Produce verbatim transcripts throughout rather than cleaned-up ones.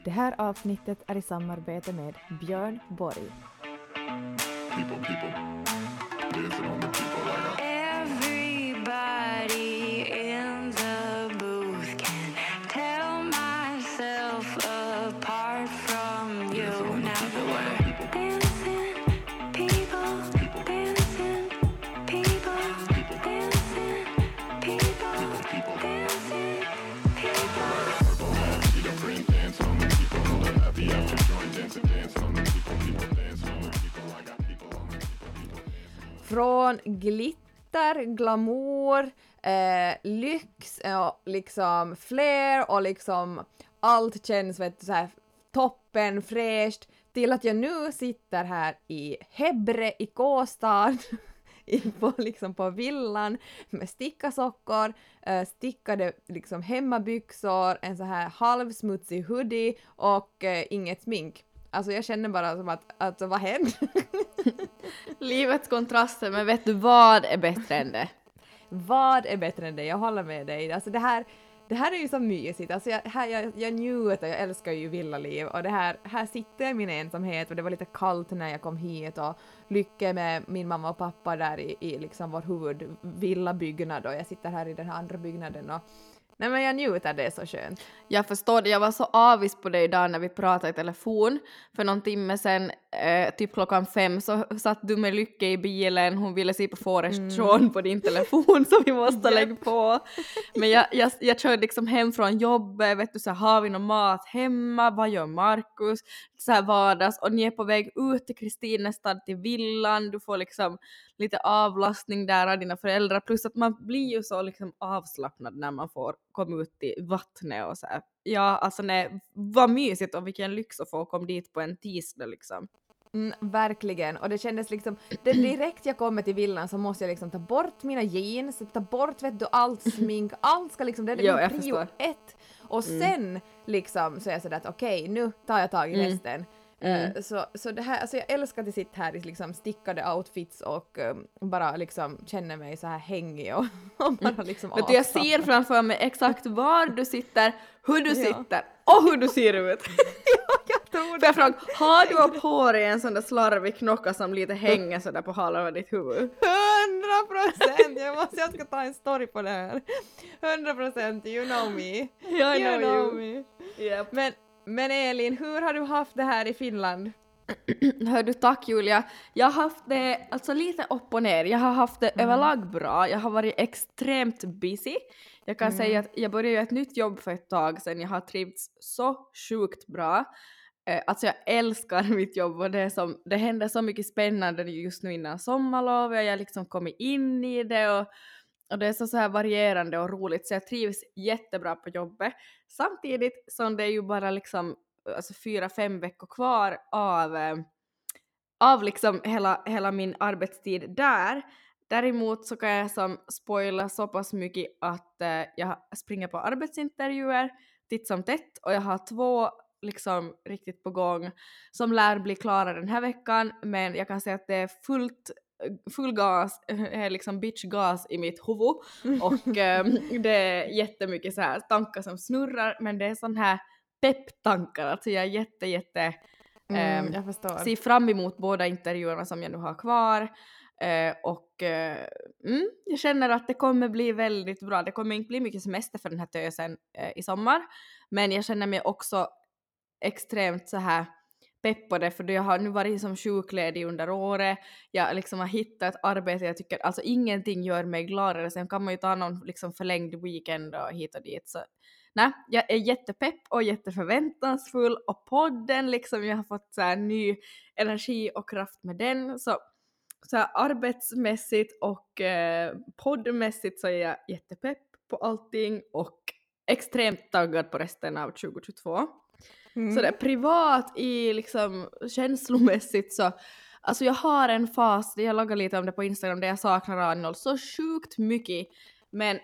Det här avsnittet är i samarbete med Björn Borg. People, people. Dancing on the people like I... Everybody in the booth can tell myself apart from you. Now the word dancing people, dancing people, dancing people, dancing people. Purple hat, she got green dance on the people. The happy after joint dancing, dancing on the people. People dancing on the people. I got people on the people. People dancing. Från glitter, glamour, eh, lyx och liksom flair och liksom allt känns vet du, så här toppen, fräscht till att jag nu sitter här i Hebre i Kåstad i- på, liksom på villan med stickasockor, eh, stickade liksom hemmabyxor, en så här halvsmutsig hoodie och eh, inget smink. Alltså jag känner bara som att, alltså vad hände? Livets kontraster, men vet du vad är bättre än det? Vad är bättre än det? Jag håller med dig. Alltså det här, det här är ju så mysigt. Alltså jag, här, jag, jag njuter, jag älskar ju villaliv. Och det här, här sitter jag i min ensamhet och det var lite kallt när jag kom hit och lycka med min mamma och pappa där i, i liksom vår huvudvillabyggnad och jag sitter här i den här andra byggnaden och nej men jag njuter, det är så skönt. Jag förstår det, jag var så avis på dig idag när vi pratade i telefon för någon timme sedan, eh, typ klockan fem så satt du med Lycka i bilen, hon ville se på Forrest Shawn på din telefon så vi måste lägga på. Men jag, jag, jag körde liksom hem från jobbet, vet du så här, har vi någon mat hemma, vad gör Markus, så här vardags och ni är på väg ut till Kristinestad till villan, du får liksom lite avlastning där av dina föräldrar plus att man blir ju så liksom avslappnad när man får komma ut i vattnet och så här. Ja, alltså nej, vad mysigt och vilken lyx att få komma dit på en tisdag liksom. Mm, verkligen, och det kändes liksom det direkt jag kommer till villan så måste jag liksom ta bort mina jeans, ta bort vet du, allt smink, allt ska liksom, det är Ja, min jag prio förstår. ett och sen liksom så är jag sådär att okej, nu tar jag tag i Mm. resten. Mm. Eh, så, så det här, alltså jag älskar att sitta här i liksom stickade outfits och um, bara liksom känner mig så här hängig och, och bara liksom Vet du, jag avslappnad. ser framför mig exakt var du sitter, hur du Ja. sitter och hur du ser ut. Jag tror Får jag fråga, har du på dig en sån där slarvig knocka som lite hänger sådär på halva ditt huvud? hundra procent! Jag måste, jag ska ta en story på det här. hundra procent, you know me. I You know know you. me. Yep. Men, men Elin, hur har du haft det här i Finland? Hör du, tack Julia. Jag har haft det alltså lite upp och ner. Jag har haft det överlag bra. Jag har varit extremt busy. Jag kan säga att jag började göra ett nytt jobb för ett tag sedan. Jag har trivts så sjukt bra. Eh, alltså jag älskar mitt jobb och det, är som, det händer så mycket spännande just nu innan sommarlov. Jag har liksom kommit in i det och, och det är så, så här varierande och roligt. Så jag trivs jättebra på jobbet. Samtidigt som det är ju bara liksom alltså fyra, fem veckor kvar av, eh, av liksom hela, hela min arbetstid där. Däremot så kan jag som spoila så pass mycket att eh, jag springer på arbetsintervjuer titt som tätt och jag har två liksom riktigt på gång som lär bli klara den här veckan, men jag kan säga att det är fullt full gas, eh, liksom bitch-gas i mitt huvud och eh, det är jättemycket så här tankar som snurrar, men det är sån här pepp-tankar, alltså jag är jätte jätte Mm, ehm, jag förstår. ser fram emot båda intervjuerna som jag nu har kvar eh, och eh, mm, jag känner att det kommer bli väldigt bra. Det kommer inte bli mycket semester för den här tösen eh, i sommar, men jag känner mig också extremt så här pepp på det, för jag har nu varit som sjukledig under året. Jag liksom har hittat ett arbete jag tycker, alltså ingenting gör mig gladare. Sen kan man ju ta någon liksom förlängd weekend och hit och dit. Så nej, jag är jättepepp och jätteförväntansfull och podden liksom, jag har fått så här ny energi och kraft med den. Så, så här arbetsmässigt och eh, poddmässigt så är jag jättepepp på allting och extremt taggad på resten av tjugohundratjugotvå. Mm. Så det är privat i liksom känslomässigt så alltså jag har en fas, jag loggar lite om det på Instagram där jag saknar Arnold så sjukt mycket, men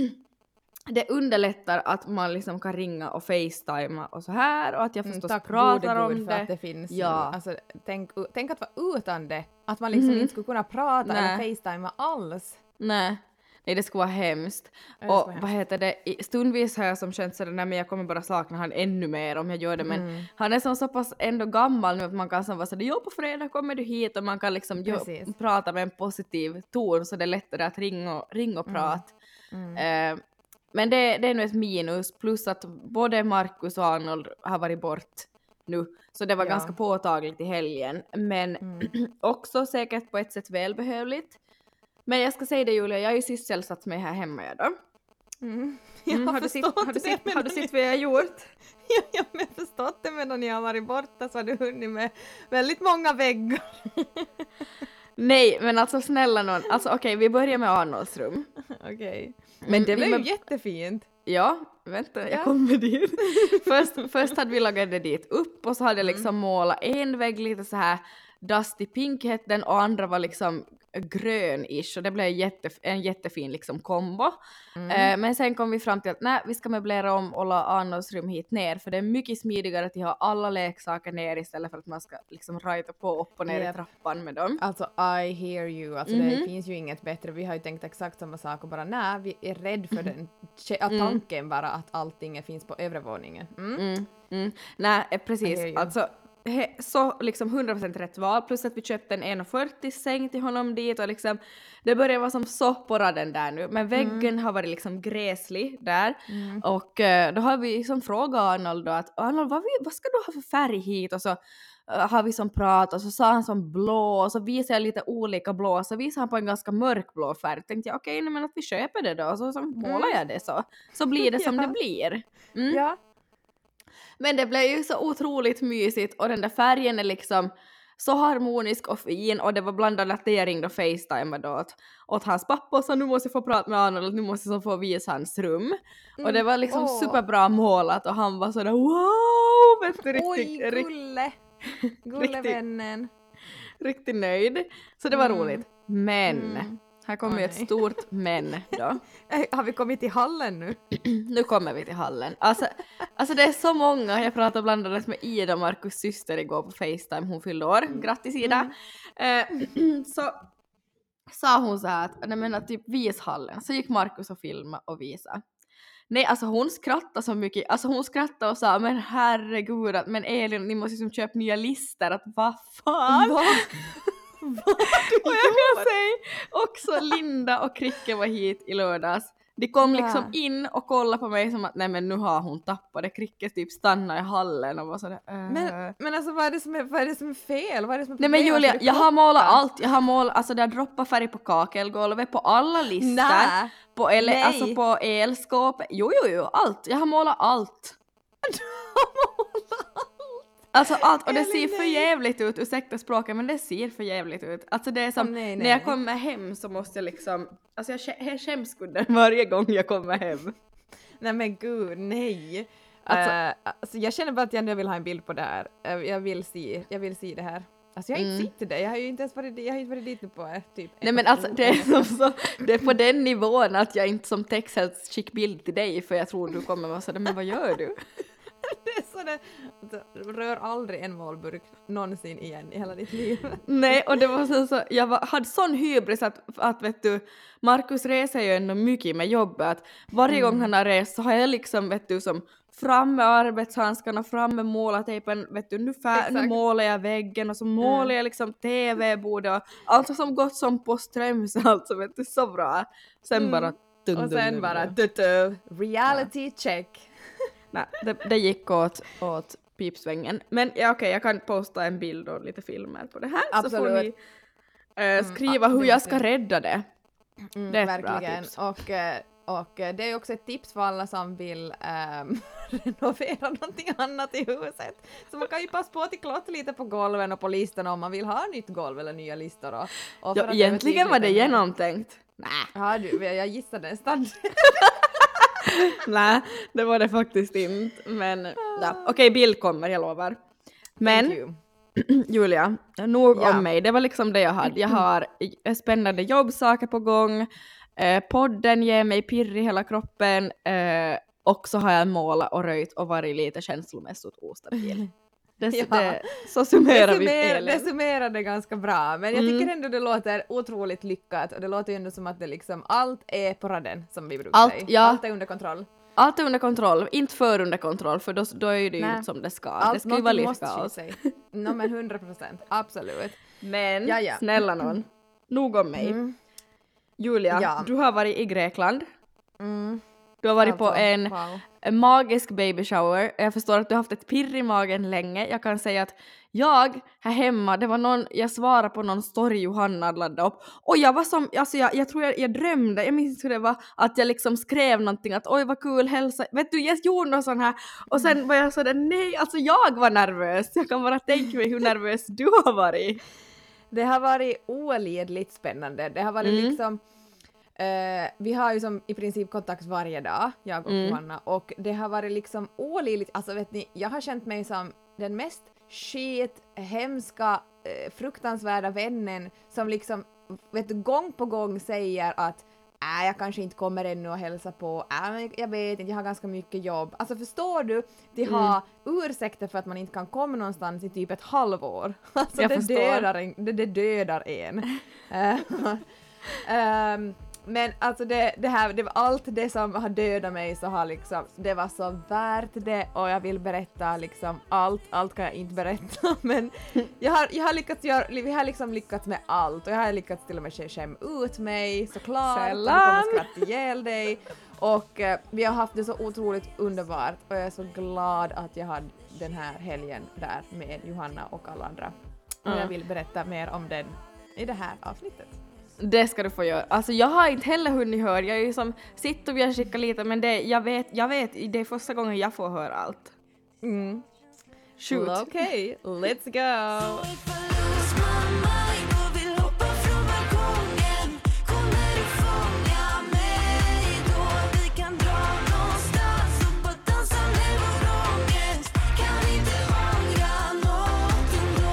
det underlättar att man liksom kan ringa och facetima och så här och att jag Mm, förstås tack pratar gode om Gud för det. att det finns. Ja. Alltså, tänk, tänk att vara utan det. Att man liksom Mhm. inte skulle kunna prata Nej. eller facetima alls. Nej. Nej, det skulle vara hemskt. Ja, det skulle Och vara vad heter det, i- stundvis har jag som känt sådär, nej men jag kommer bara sakna han ännu mer om jag gör det, men Mm. han är som så pass ändå gammal nu att man kan som vara sådär, jo på fredag kommer du hit, och man kan liksom jo, Precis. prata med en positiv ton, så det är lättare att ringa och, ringa och prata. Mm. Eh, men det, det är nu ett minus, plus att både Markus och Arnold har varit bort nu, så det var Ja. ganska påtagligt i helgen, men Mm. också säkert på ett sätt välbehövligt. Men jag ska säga det Julia, jag har ju sysselsatt mig här hemma jag då. Mm. Mm, Jag har, du sett, förstått har, du det, sett, men har du när sett vad jag har gjort? Ja, jag har förstått det, men när ni har varit borta så har du hunnit med väldigt många väggar. Nej, men alltså snälla någon, alltså okej, vi börjar med Arnolds rum. Okej. Mm, Men det vi blev med- ju jättefint. Ja, vänta, Ja. jag kommer dit. först, först hade vi lagat det dit upp, och så hade jag liksom målat en vägg lite så här dusty pink hette den, och andra var liksom grön-ish, och det blev jätte, en jättefin liksom kombo. Eh, men sen kom vi fram till att nej, vi ska möblera om och la Arnolds rum hit ner, för det är mycket smidigare att ha alla leksaker ner istället för att man ska liksom rajta på upp och ner Japp. i trappan med dem. Alltså I hear you, alltså det finns ju inget bättre. Vi har ju tänkt exakt samma sak och bara nej, vi är rädd för den kä- att tanken bara att allting finns på övre våningen. Mm. Mm, mm. Nej, eh, I precis. hear you. Alltså, he, så liksom hundra procent rätt val, plus att vi köpte en en fyrtio säng till honom dit, och liksom det börjar vara som så på raden där nu, men väggen har varit liksom gräslig där, och eh, då har vi liksom frågat Arnold då att Arnold, vad, vi, vad ska du ha för färg hit? Och så eh, har vi som prat, och så sa han som blå, och så visade jag lite olika blå, så visade han på en ganska mörkblå färg. Tänkte jag okej, okay, men att vi köper det då, och så, så målar jag det så, så blir det som Ja. det blir. Mm. Ja. Men det blev ju så otroligt mysigt, och den där färgen är liksom så harmonisk och fin, och det var bland annat det jag ringde och facetimade åt, åt hans pappa och sa nu måste jag få prata med Arnold, nu måste jag få visa hans rum. Och det var liksom Åh. superbra målat, och han var sådär wow, vet du, Oj, riktigt, rikt, gulle! Gullevännen. riktigt nöjd. Så det var Mm. roligt. Men, Mm. här kommer Åh, ju ett nej. stort men då. Äh, Har vi kommit till hallen nu? Nu kommer vi till hallen. Alltså, alltså det är så många. Jag pratade bland annat med Ida, Markus syster, igår på FaceTime. Hon fyllde år. Grattis Ida! Eh, så sa hon så här att, nej men att typ vis hallen. Så gick Markus och filmade och visade. Nej, alltså hon skrattade så mycket. Alltså hon skrattade och sa, men herregud, att, men Elin, ni måste ju som köpa nya listor. Att vad fan? Va? Och jag kan säga också Linda och Kricke var hit i lördags. De kom Ja. liksom in och kollade på mig som att nej men nu har hon tappat det. Kricke typ stannade i hallen och var sådär äh. Men, men alltså vad är, det som är, vad är det som är fel? Vad är det som är Nej men problem? Julia, Alltså, det jag har målat plockar. allt. Jag har målat, alltså det har droppat färg på kakelgolvet, på alla listor. Nej. På, ele, Nej. alltså på elskåpet. Jo jo jo, allt. Jag har målat allt. Alltså allt, och det Elin, ser för nej. jävligt ut, ursäkta språket, men det ser för jävligt ut. Alltså det är som, Åh, nej, när nej. jag kommer hem så måste jag liksom, alltså jag, kä- jag skäms skudden varje gång jag kommer hem. Nej men gud, nej. Alltså- Alltså, alltså jag känner bara att jag nu vill ha en bild på det här. Eh, Jag vill se, jag vill se det här. Alltså jag har inte Mm. sett det, jag har ju inte ens varit, dit- jag har inte varit dit nu på eh, typ Nej ett men och alltså ett det är, år. som så, det är på den nivån att jag inte som text helst skick bild till dig, för jag tror du kommer vara sådär, men vad gör du? Det är sådär, alltså, rör aldrig en målburk någonsin igen i hela ditt liv. Nej, och det var så, så jag var, hade sån hybris att, att vet du, Markus reser ju ändå mycket med jobbet, att varje gång han har rest så har jag liksom, vet du, som fram med arbetshandskarna, fram med målartejpen, vet du, nu, fär, nu Exakt. målar jag väggen och så målar jag liksom tv-bordet och allt som gått som på ströms, alltså vet du, så bra. Sen Mm. bara dun, Och dun, sen dun, bara dun. du-du, reality check. Nej, det, det gick åt, åt pipsvängen. Men ja, okej, jag kan posta en bild och lite filmer på det här. Så får Absolut. ni eh, skriva ja, hur det jag måste ska jag. rädda det. Mm, Det är ett bra verkligen. tips. Och, eh, och eh, det är också ett tips för alla som vill ehm, renovera någonting annat i huset. Så man kan ju passa på att klottra lite på golven och på listorna om man vill ha nytt golv eller nya listor. Och, och för Ja, att egentligen var det övertydligt- genomtänkt. Nej, Ja, du, jag gissar nästan. nej, det var det faktiskt inte. Men ja, okej, bild kommer, jag lovar. Thank Men you. Julia, nog Ja. om mig. Det var liksom det jag hade. Jag har eh, spännande jobbsaker på gång. Eh, podden ger mig pirr i hela kroppen. Eh, och så har jag målat och röjt och varit lite känslomässigt ostabil. Det, Ja. det, så summerar det, vi summer, Elin. det summerar det ganska bra, men jag Mm. tycker ändå det låter otroligt lyckat och det låter ju ändå som att det liksom, allt är på raden som vi brukar Allt, säga. ja. Allt är under kontroll. Allt är under kontroll, inte för under kontroll för då, då är det ju Nej. inte som det ska. Allt, det ska ju vara någonting måste livskaos. ske sig. No, men hundra procent, absolut. Men Ja, ja. snälla någon, nog om mig. Mm. Julia, Ja. du har varit i Grekland. Mm. Du har varit på Alltså, en, wow. en magisk baby shower. Jag förstår att du har haft ett pirr i magen länge. Jag kan säga att jag här hemma, det var någon, jag svarade på någon story Johanna laddade upp. Och jag var som, alltså jag, jag tror jag, jag drömde, jag minns hur det var, att jag liksom skrev någonting att oj vad kul, hälsa. Vet du, jag gjorde något sån här. Och sen var jag sådär, nej, alltså jag var nervös. Jag kan bara tänka mig hur nervös du har varit. Det har varit olidligt spännande. Det har varit Mm. liksom... eh, vi har ju som i princip kontakt varje dag, jag och Mm. Johanna, och det har varit liksom olidligt... Alltså vet ni, jag har känt mig som den mest skit, hemska, eh, fruktansvärda vännen som liksom, vet du, gång på gång säger att äh, jag kanske inte kommer ännu och hälsa på, äh, men jag vet inte, jag har ganska mycket jobb. Alltså förstår du, de Mm. har ursäkter för att man inte kan komma någonstans i typ ett halvår. Alltså Jag det förstår. dödar, en, det, det dödar en. Eh, ehm, men alltså det, det här, det var allt det som har dödat mig så har liksom, det var så värt det och jag vill berätta liksom allt, allt kan jag inte berätta men jag har, jag har lyckats göra, vi har liksom lyckats med allt och jag har lyckats till och med skämma ut mig såklart. Sällan. Jag kommer skratta ihjäl dig och eh, vi har haft det så otroligt underbart och jag är så glad att jag hade den här helgen där med Johanna och alla andra. Och Mm. jag vill berätta mer om den i det här avsnittet. Det ska du få göra. Alltså jag har inte heller hunnit höra. Jag är ju som, sitter och jag skickar lite men det, jag vet, jag vet, det är första gången jag får höra allt. Mm. Shoot. Okej, let's go! Ifall lose my mind och vill hoppa från balkongen, kommer du fånga mig då? Vi kan dra någonstans och bara dansa ner vår ångest. Kan inte ångra något ändå.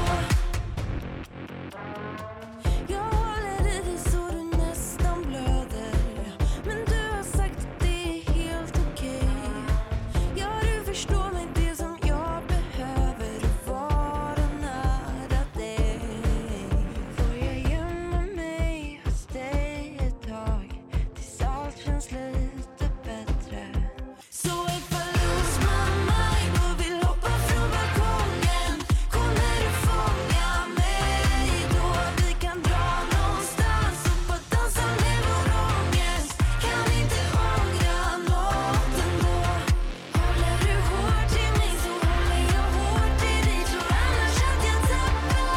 Jag håller i dig så du nästan blöder, men du har sagt att det är helt okej. Ja, du förstår mig, det som jag behöver vara nära dig. Får jag gömma mig hos dig ett tag tills allt känns lite bättre? Så ifall lose my mind och vill hoppa från balkongen, kommer du fånga mig då? Vi kan dra någonstans och bara dansa ner vår ångest. Kan inte ångra något ändå. Håller du hårt i mig så håller jag hårt i dig, tror annars att jag tappar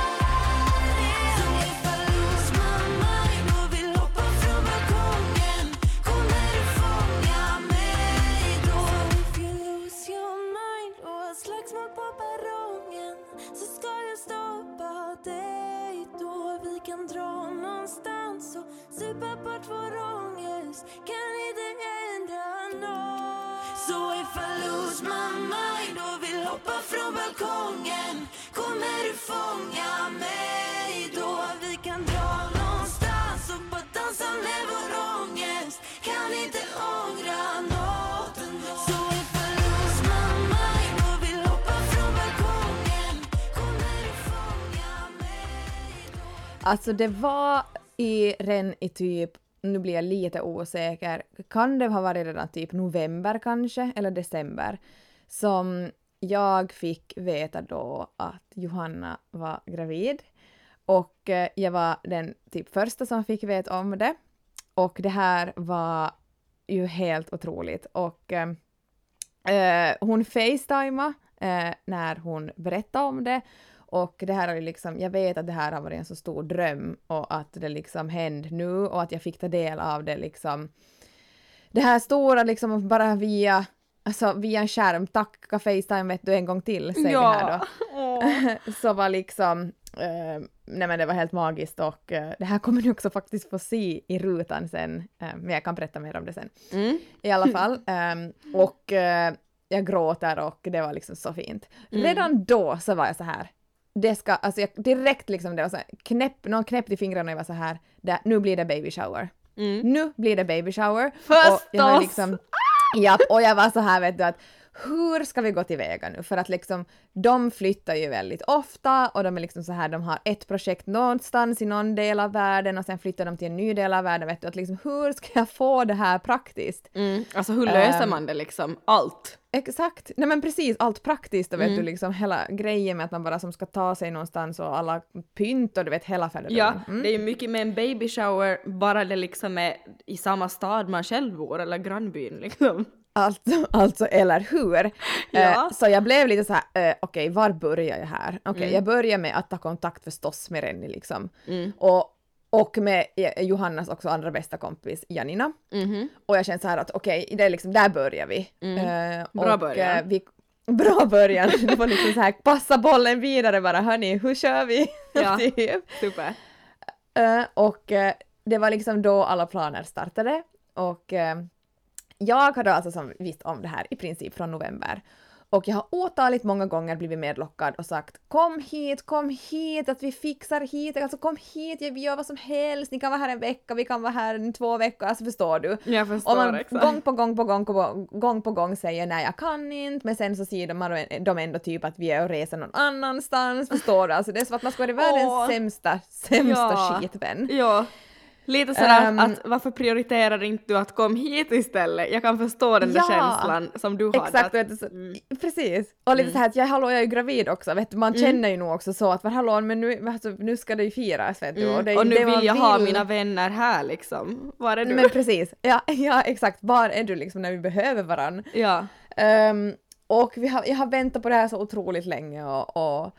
det. Så ifall lose my mind och vill hoppa från balkongen, kommer du fånga mig då? If you lose your mind och har slagsmål på perrongen, så ska jag stoppa dig då. Vi kan dra någonstans och supa bort vår ångest. Kan inte ändra något. Så ifall lose my mind och vill hoppa från balkongen, kommer du fånga mig då? Vi kan dra någonstans och bara dansa ner vår ångest. Kan inte ångra något ändå. Så ifall lose my mind och vill hoppa från balkongen, kommer du fånga mig då? Alltså det var i ren i typ, nu blir jag lite osäker, kan det ha varit redan typ november kanske, eller december, som jag fick veta då att Johanna var gravid. Och eh, jag var den typ första som fick veta om det. Och det här var ju helt otroligt. Och eh, eh, hon facetimade eh, när hon berättade om det. Och det här är ju liksom, jag vet att det här har varit en så stor dröm och att det liksom hände nu och att jag fick ta del av det liksom. Det här stora liksom bara via, alltså via en skärm, tacka FaceTime vet du en gång till, säger Ja. vi här då. Så var liksom, eh, nej men det var helt magiskt och eh, det här kommer ni också faktiskt få se i rutan sen, eh, men jag kan berätta mer om det sen. Mm. I alla fall, ehm, och eh, jag gråter och det var liksom så fint. Mm. Redan då så var jag så här. Det ska, alltså jag, direkt liksom det var så här, knäpp, någon knäppte i fingrarna och jag var så här, där, nu blir det baby shower. Mm. Nu blir det baby shower. Förstås! Och jag var liksom, japp, och jag var så här vet du att hur ska vi gå tillväga nu? För att liksom, de flyttar ju väldigt ofta och de är liksom så här, de har ett projekt någonstans i någon del av världen och sen flyttar de till en ny del av världen. Vet du, att liksom, hur ska jag få det här praktiskt? Mm. Alltså hur löser Um, man det liksom? Allt. Exakt, nej men precis, allt praktiskt och vet Mm. du liksom hela grejen med att man bara som ska ta sig någonstans och alla pynt och du vet hela färden. Ja, Mm. det är ju mycket med en baby shower bara det liksom är i samma stad man själv bor eller grannbyn liksom. Alltså, alltså, eller hur? Ja. Eh, så jag blev lite så här, eh, okej, var börjar jag här? Okej, Mm. jag börjar med att ta kontakt förstås med Renny liksom. Mm. Och, och med eh, Johannas också andra bästa kompis Janina. Mhm. Och jag känner så här att okej, det är liksom, där börjar vi. Mm. Eh, Bra och, början. eh, vi, bra början. Det var liksom så här, passa bollen vidare bara, hörni, hur kör vi? Ja. Typ. Super. Eh, och eh, det var liksom då alla planer startade. Och eh, jag hade alltså som visst om det här i princip från november. Och jag har åtaligt många gånger blivit medlockad och sagt kom hit, kom hit, att vi fixar hit, alltså kom hit, vi gör vad som helst, ni kan vara här en vecka, vi kan vara här en två veckor, alltså förstår du? Jag förstår Och man exakt. gång på gång på gång på gång, gång på gång säger nej jag kan inte, men sen så säger de, de ändå typ att vi är och reser någon annanstans, förstår du? Alltså det är som att man ska vara världens Åh. sämsta, sämsta Ja. skitvän. Ja. Lite sådär Um, att varför prioriterar inte du att kom hit istället? Jag kan förstå den där Ja. känslan som du har. Exakt, att, vet du, så, Mm. precis. Och lite Mm. så här att jag, hallå, jag är ju gravid också, vet du, man Mm. känner ju nog också så att hallå, men nu, alltså, nu ska det ju firas, vet du. Mm. Och, det är Och ju nu det man vill jag ha mina vänner här liksom. Var är du? Men precis, ja, ja exakt, var är du liksom när vi behöver varann? Ja. Um, och vi har, jag har väntat på det här så otroligt länge och, och,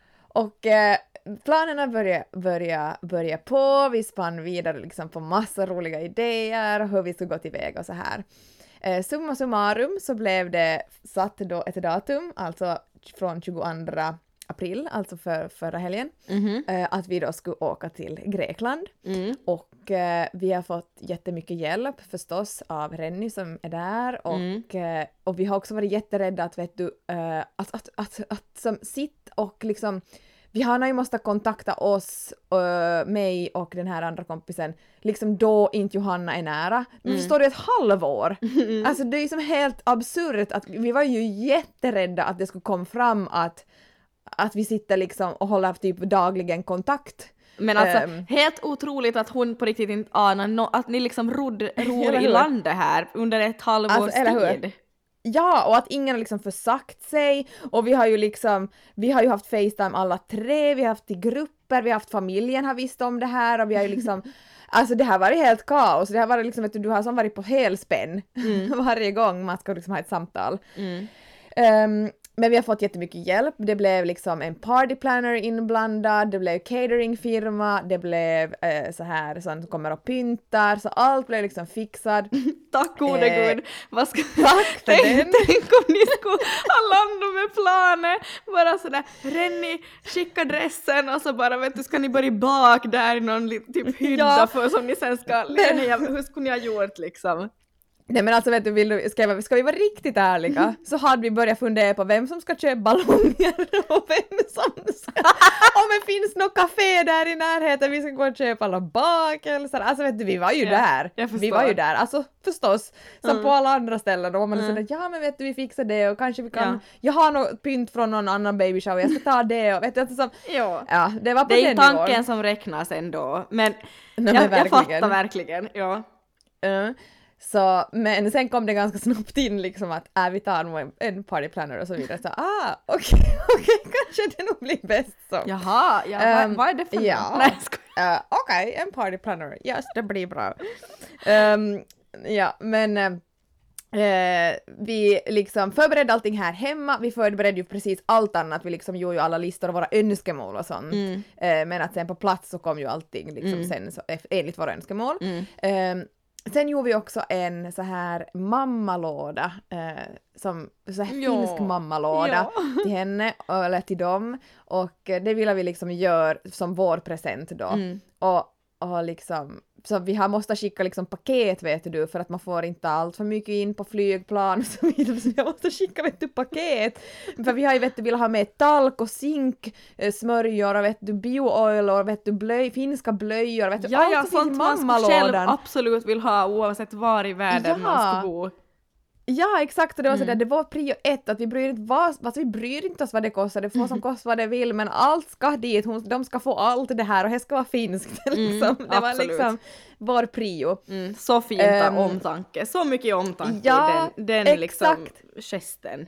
och eh, planerna börjar börja, börja på, vi spann vidare liksom på massa roliga idéer hur vi ska gå tillväga och så här. Eh, summa summarum så blev det satt då ett datum, alltså från tjugoandra april, alltså för förra helgen, Mhm. eh, att vi då skulle åka till Grekland. Mm. Och eh, vi har fått jättemycket hjälp förstås av Renny som är där och, Mm. eh, och vi har också varit jätterädda att vet du, eh, att, att, att, att som sitt och liksom vi har ju måste kontakta oss, uh, mig och den här andra kompisen, liksom då inte Johanna är nära. Men Mm. förstår du, ett halvår? Alltså det är ju som helt absurt att vi var ju jätterädda att det skulle komma fram att, att vi sitter liksom och håller typ dagligen kontakt. Men alltså, Ehm. helt otroligt att hon på riktigt inte anar no- att ni liksom rod, ror Eller i hur? landet här under ett halvårs Alltså, eller hur? tid. Ja, och att ingen har liksom försagt sig och vi har ju liksom, vi har ju haft FaceTime alla tre, vi har haft i grupper, vi har haft familjen har visst om det här och vi har ju liksom, alltså det har varit helt kaos, det har varit liksom att du har som varit på helspänn Mm. varje gång man ska liksom ha ett samtal. Mm. Um, men vi har fått jättemycket hjälp, det blev liksom en party planner inblandad, det blev cateringfirma, det blev eh, så här som kommer och pyntar, så allt blev liksom fixat. Tack gode Eh, gud. Vad ska... Tack för tänk, den! tänk om ni skulle ha landat med planer. Bara sådär, Renny, skicka dressen och så bara vet du, ska ni börja bak där i någon li- typ hydda Ja. för som ni sen ska... Renny, hur skulle ni ha gjort liksom? Nej men alltså vet du, vill du ska, jag, ska vi vara riktigt ärliga så hade vi börjat fundera på vem som ska köpa ballonger och vem som ska... Om det finns något café där i närheten vi ska gå och köpa alla bakelser. Alltså vet du, vi var ju Ja, där. jag Vi förstår. var ju där, alltså förstås. Som Mm. på alla andra ställen då var man Mm. sådär, ja men vet du vi fixar det och kanske vi kan... Ja. Jag har något pynt från någon annan baby shower, jag ska ta det och vet du, alltså, som, Ja. ja det var på Det är ju den tanken nivån. som räknas ändå. Men, Nej, men jag, jag verkligen. fattar verkligen. Ja. Uh, så, men sen kom det ganska snabbt in liksom att äh, vi tar nog en, en party planner och så vidare. Så ah, okej, okej, kanske det nog blir bäst så. Jaha, ja, Ehm, vad, vad är det för ja. något? Nej, jag skojar. Uh, okej, en party planner, yes, det blir bra. Um, ja, men uh, vi liksom förberedde allting här hemma, vi förberedde ju precis allt annat, vi liksom gjorde ju alla listor och våra önskemål och sånt. Mm. Uh, men att sen på plats så kom ju allting liksom Mm. sen så, enligt våra önskemål. Mm. Um, Sen gjorde vi också en så här mammalåda, eh, som så här Ja. finsk mammalåda Ja. till henne, eller till dem. Och eh, det ville vi liksom göra som vår present då. Mm. Och, och liksom, så vi har måste skicka liksom paket vet du, för att man får inte allt för mycket in på flygplan och så vidare. Så jag måste skicka vet du paket. För vi har ju vet du, vill ha med talk och zink, eh, smörjor och vet du, bio-oil och vet du, blöj, finska blöjor. Vet du, Ja, allt ja, som finns i sånt man skulle själv mammalådan. absolut vill ha oavsett var i världen Ja. man ska bo. Ja, exakt, och det var sådär, Mm. det var prio ett, att vi bryr inte vad, alltså vi bryr inte oss vad det kostar, det får som kostar vad det vill, men allt ska dit, hon, de ska få allt det här och det ska vara finskt liksom. Det var absolut. liksom vår prio. Mm, så fint Ehm, omtanke, så mycket omtanke ja, i den, den liksom exakt. gesten.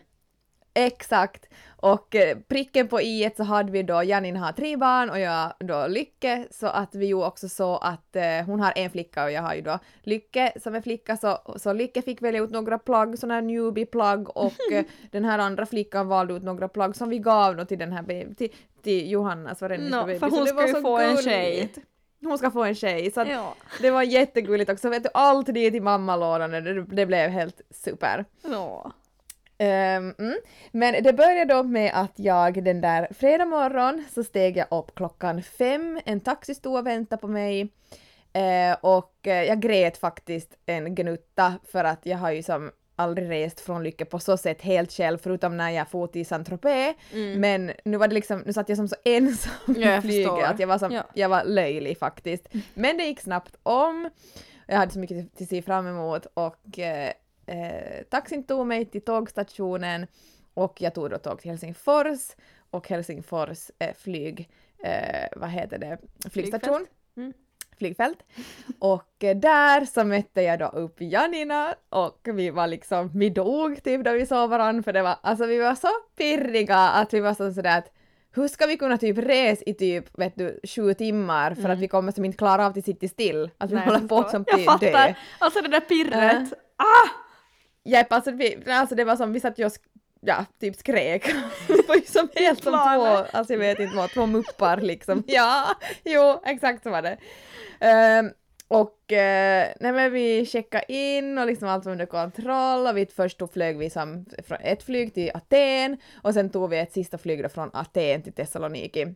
Exakt. Och eh, pricken på i så hade vi då, Janine har tre barn och jag då Lycke, så att vi ju också så att eh, hon har en flicka och jag har ju då Lycke som är flicka, så, så Lycke fick välja ut några plagg, sådana här newbie-plagg, och eh, den här andra flickan valde ut några plagg som vi gav då till den här baby, till, till Johanna, så den No, baby. för Så hon det ska var ju så få en gulligt. tjej. Hon ska få en tjej, så att Ja. det var jättegulligt också. Vet du, allt det till mammalådan, det, det blev helt super. Ja. Um, mm. Men det började då med att jag den där fredag morgon så steg jag upp klockan fem, en taxi stod och väntade på mig, uh, och uh, jag grät faktiskt en gnutta för att jag har ju som aldrig rest från Lycke på så sätt helt själv, förutom när jag for till Saint-Tropez, Mm. men nu var det liksom, nu satt jag som så ensam Ja, i jag flyget förstår. att jag var, som, Ja. jag var löjlig faktiskt. Men det gick snabbt om, jag hade så mycket till, till se fram emot, och uh, Eh, taxin tog mig till tågstationen och jag tog då tåg till Helsingfors, och Helsingfors eh, flyg, eh, vad heter det, flygstation, Flygfält. Mm. flygfält. Och eh, där så mötte jag då upp Janina, och vi var liksom, vi dog typ då vi såg varandra, för det var, alltså vi var så pirriga att vi var så sådär att hur ska vi kunna typ resa i typ, vet du, sju timmar för Mm. att vi kommer som inte klara av till sitta still, att vi Nej, jag håller på förstår. som Jag till fattar, dö. alltså det där pirret. Äh. Ah! Japp, alltså, vi, alltså det var som, vi satt ju och sk- ja, typ skrek. Det var ju som helt som Planer. två, alltså jag vet inte vad, två muppar liksom. Ja, jo, exakt så var det. Um, och uh, nej, men vi checkade in och liksom allt var under kontroll, och vi först då flög vi som från ett flyg till Aten, och sen tog vi ett sista flyg då från Aten till Thessaloniki.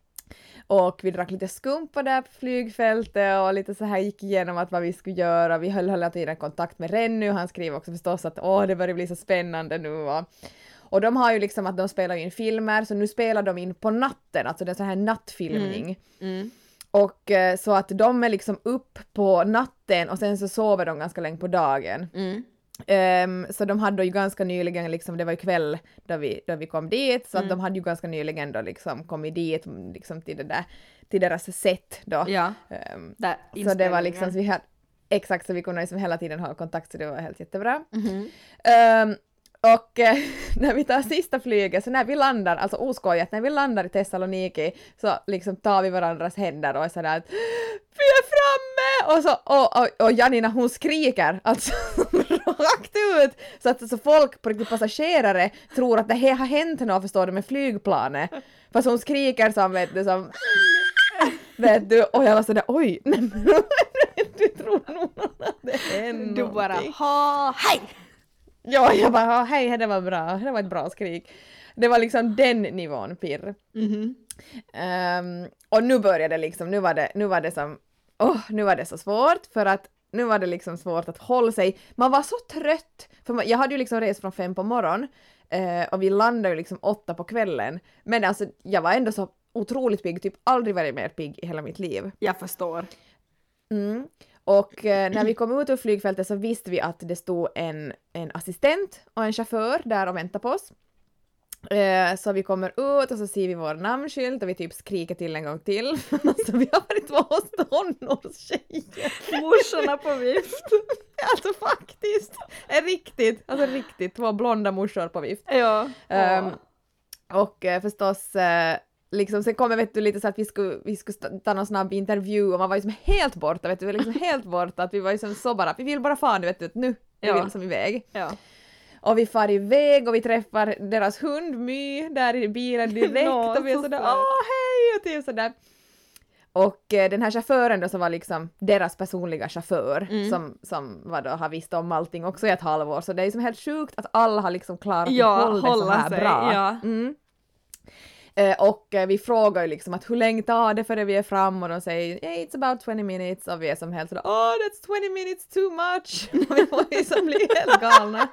Och vi drack lite skumpa där på flygfältet och lite så här gick igenom att vad vi skulle göra. Vi höll hela tiden kontakt med Renny, och han skriver också förstås att åh, det börjar bli så spännande nu. Och, och de har ju liksom att de spelar in filmer, så nu spelar de in på natten, alltså det är så här nattfilmning. Mm. Och eh, så att de är liksom upp på natten och sen så sover de ganska länge på dagen. Mm. Um, så de hade ju ganska nyligen, liksom, det var ju kväll då vi, då vi kom dit, så Mm. att de hade ju ganska nyligen då liksom kommit dit liksom till det där, till deras set då. Ja, Um, där så det var liksom, så vi hade, exakt, så vi kunde liksom hela tiden ha kontakt, så det var helt jättebra. Mhm. Um, och eh, när vi tar sista flyget, så när vi landar, alltså oskojat, när vi landar i Thessaloniki så liksom tar vi varandras händer och är sådär att vi är framme! Och, så, och, och, och Janina hon skriker alltså rakt ut, så att så folk på riktigt passagerare tror att det här har hänt något, förstår du, med flygplanet. Fast hon skriker som, vet du, som vet du, och jag var sådär oj, nej men du tror nog att det händer Du bara någonting. ha, hej! Ja, jag bara, "Ja, hej, det var bra, det var ett bra skrik." Det var liksom den nivån pirr. Mhm. Um, och nu började det liksom, nu var det, nu var det som, åh, nu var det så svårt, för att nu var det liksom svårt att hålla sig. Man var så trött, för man, jag hade ju liksom rest från fem på morgon, eh, och vi landade ju liksom åtta på kvällen. Men alltså, jag var ändå så otroligt pigg, typ aldrig varit mer pigg i hela mitt liv. Jag förstår. Mm. Och eh, när vi kom ut ur flygfältet så visste vi att det stod en, en assistent och en chaufför där och väntade på oss. Eh, så vi kommer ut och så ser vi vår namnskylt och vi typ skriker till en gång till. Alltså vi har varit två tonårstjejer. Morsorna på vift. Alltså faktiskt. Eh, riktigt, alltså riktigt. Två blonda morsor på vift. Ja. Um, och eh, förstås, eh, liksom, sen kommer vet du lite så att vi skulle, vi skulle sta- ta någon snabb intervju och man var ju som helt borta, vet du, vi var liksom helt borta, att vi var ju som så bara, vi vill bara fan, vet du, att nu är Ja. vi som iväg. Ja. Och vi far iväg och vi träffar deras hund My där i bilen direkt Nå, och vi är så sådär, söt. åh hej och typ sådär. Och eh, den här chauffören då som var liksom deras personliga chaufför Mm. som, som var då, har visst om allting också i ett halvår, så det är ju som helt sjukt att alla har liksom klarat Ja, att hålla det så hålla här sig, bra. ja. Mm. Eh, och eh, vi frågar ju liksom att hur länge tar det före vi är fram och de säger yeah, it's about twenty minutes och vi är som helt sådär oh that's twenty minutes too much. Och vi får ju som bli helt galna.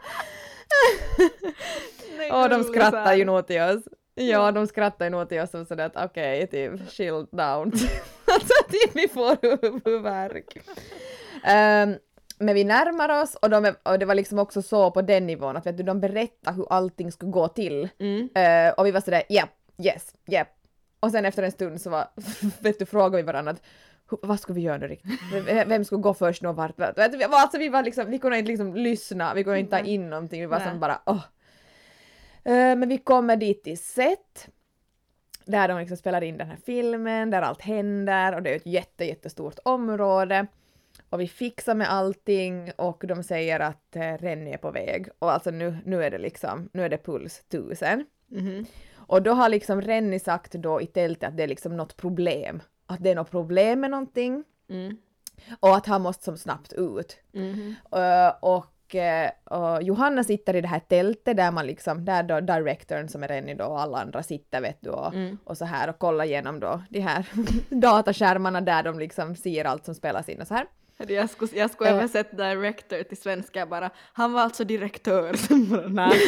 Och de skrattar ju nog till oss. Ja, de skrattar ju nog till oss och sådär att okej, okay, typ chill down. Alltså typ vi får huvudvärk. Um, men vi närmar oss och, de är, och det var liksom också så på den nivån att vet du, de berättade hur allting skulle gå till. Mm. Uh, och vi var sådär, ja, yeah, yes, ja. Yeah. Och sen efter en stund så var, vet du, frågade vi varandra att vad ska vi göra nu riktigt? Vem ska gå först och vart? Alltså vi var liksom, vi kunde inte liksom lyssna, vi kunde inte ta in någonting, vi var som bara, åh. Oh. Uh, men vi kommer dit i set, där de liksom spelar in den här filmen, där allt händer och det är ett jätte, jättestort område. Och vi fixar med allting och de säger att eh, Rennie är på väg. Och alltså nu, nu är det liksom, nu är det puls tusen. Mm-hmm. Och då har liksom Rennie sagt då i tältet att det är liksom något problem. Att det är något problem med någonting. Mm. Och att han måste som snabbt ut. Mm-hmm. Uh, och, uh, och Johanna sitter i det här tältet där man liksom, där då directorn som är Rennie då och alla andra sitter vet du och, Mm. och så här och kollar igenom då de här dataskärmarna där de liksom ser allt som spelas in och så här. Jag skulle, jag skulle Eh. översätta director till svenska bara. Han var alltså direktör. Sen bara, nej.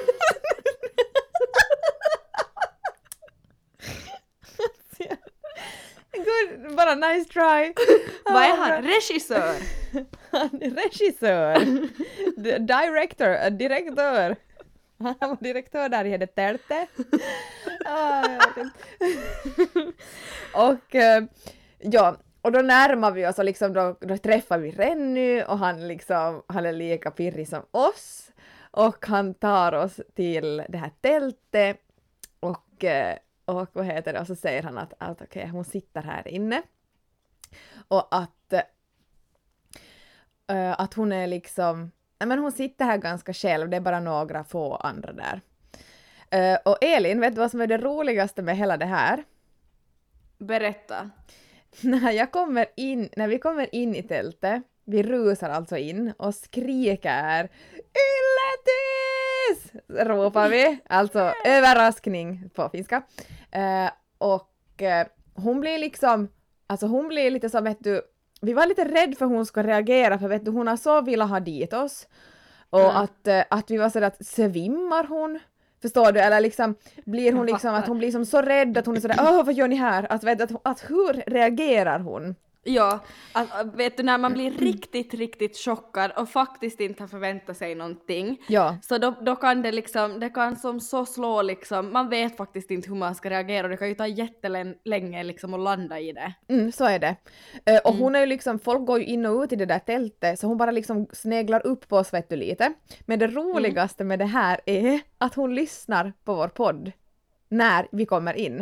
Good, bara nice try. Vad är han? Regissör? Han är regissör. D- director, äh, direktör. Han var direktör där i det tältet. Ah, jag vet inte. Och eh, ja, och då närmar vi oss och liksom då, då träffar vi Renny och han liksom, han är lika pirrig som oss. Och han tar oss till det här tältet och eh, och vad heter det? Och så säger han att, att okej, okay, hon sitter här inne. Och att, uh, att hon är liksom, nej men hon sitter här ganska själv, det är bara några få andra där. Uh, och Elin, vet du vad som är det roligaste med hela det här? Berätta. När jag kommer in, när vi kommer in i tältet, vi rusar alltså in och skriker Yllätys! Ropar vi, alltså överraskning på finska. Uh, och uh, hon blir liksom, alltså hon blir lite som, vet du, vi var lite rädd för hon ska reagera för vet du, hon har så velat ha dit oss. Och Mm. att, uh, att vi var sådär att svimmar hon? Förstår du? Eller liksom blir hon liksom att hon blir som så rädd att hon är sådär, åh vad gör ni här? Att, vet, att, att hur reagerar hon? Ja, att, vet du när man blir riktigt, riktigt chockad och faktiskt inte har förväntat sig någonting. Ja. Så då, då kan det liksom, det kan som så slå liksom, man vet faktiskt inte hur man ska reagera och det kan ju ta jättelänge liksom att landa i det. Mm, så är det. Uh, och hon är ju liksom, folk går ju in och ut i det där tältet så hon bara liksom sneglar upp på oss vet du lite. Men det roligaste med det här är att hon lyssnar på vår podd när vi kommer in.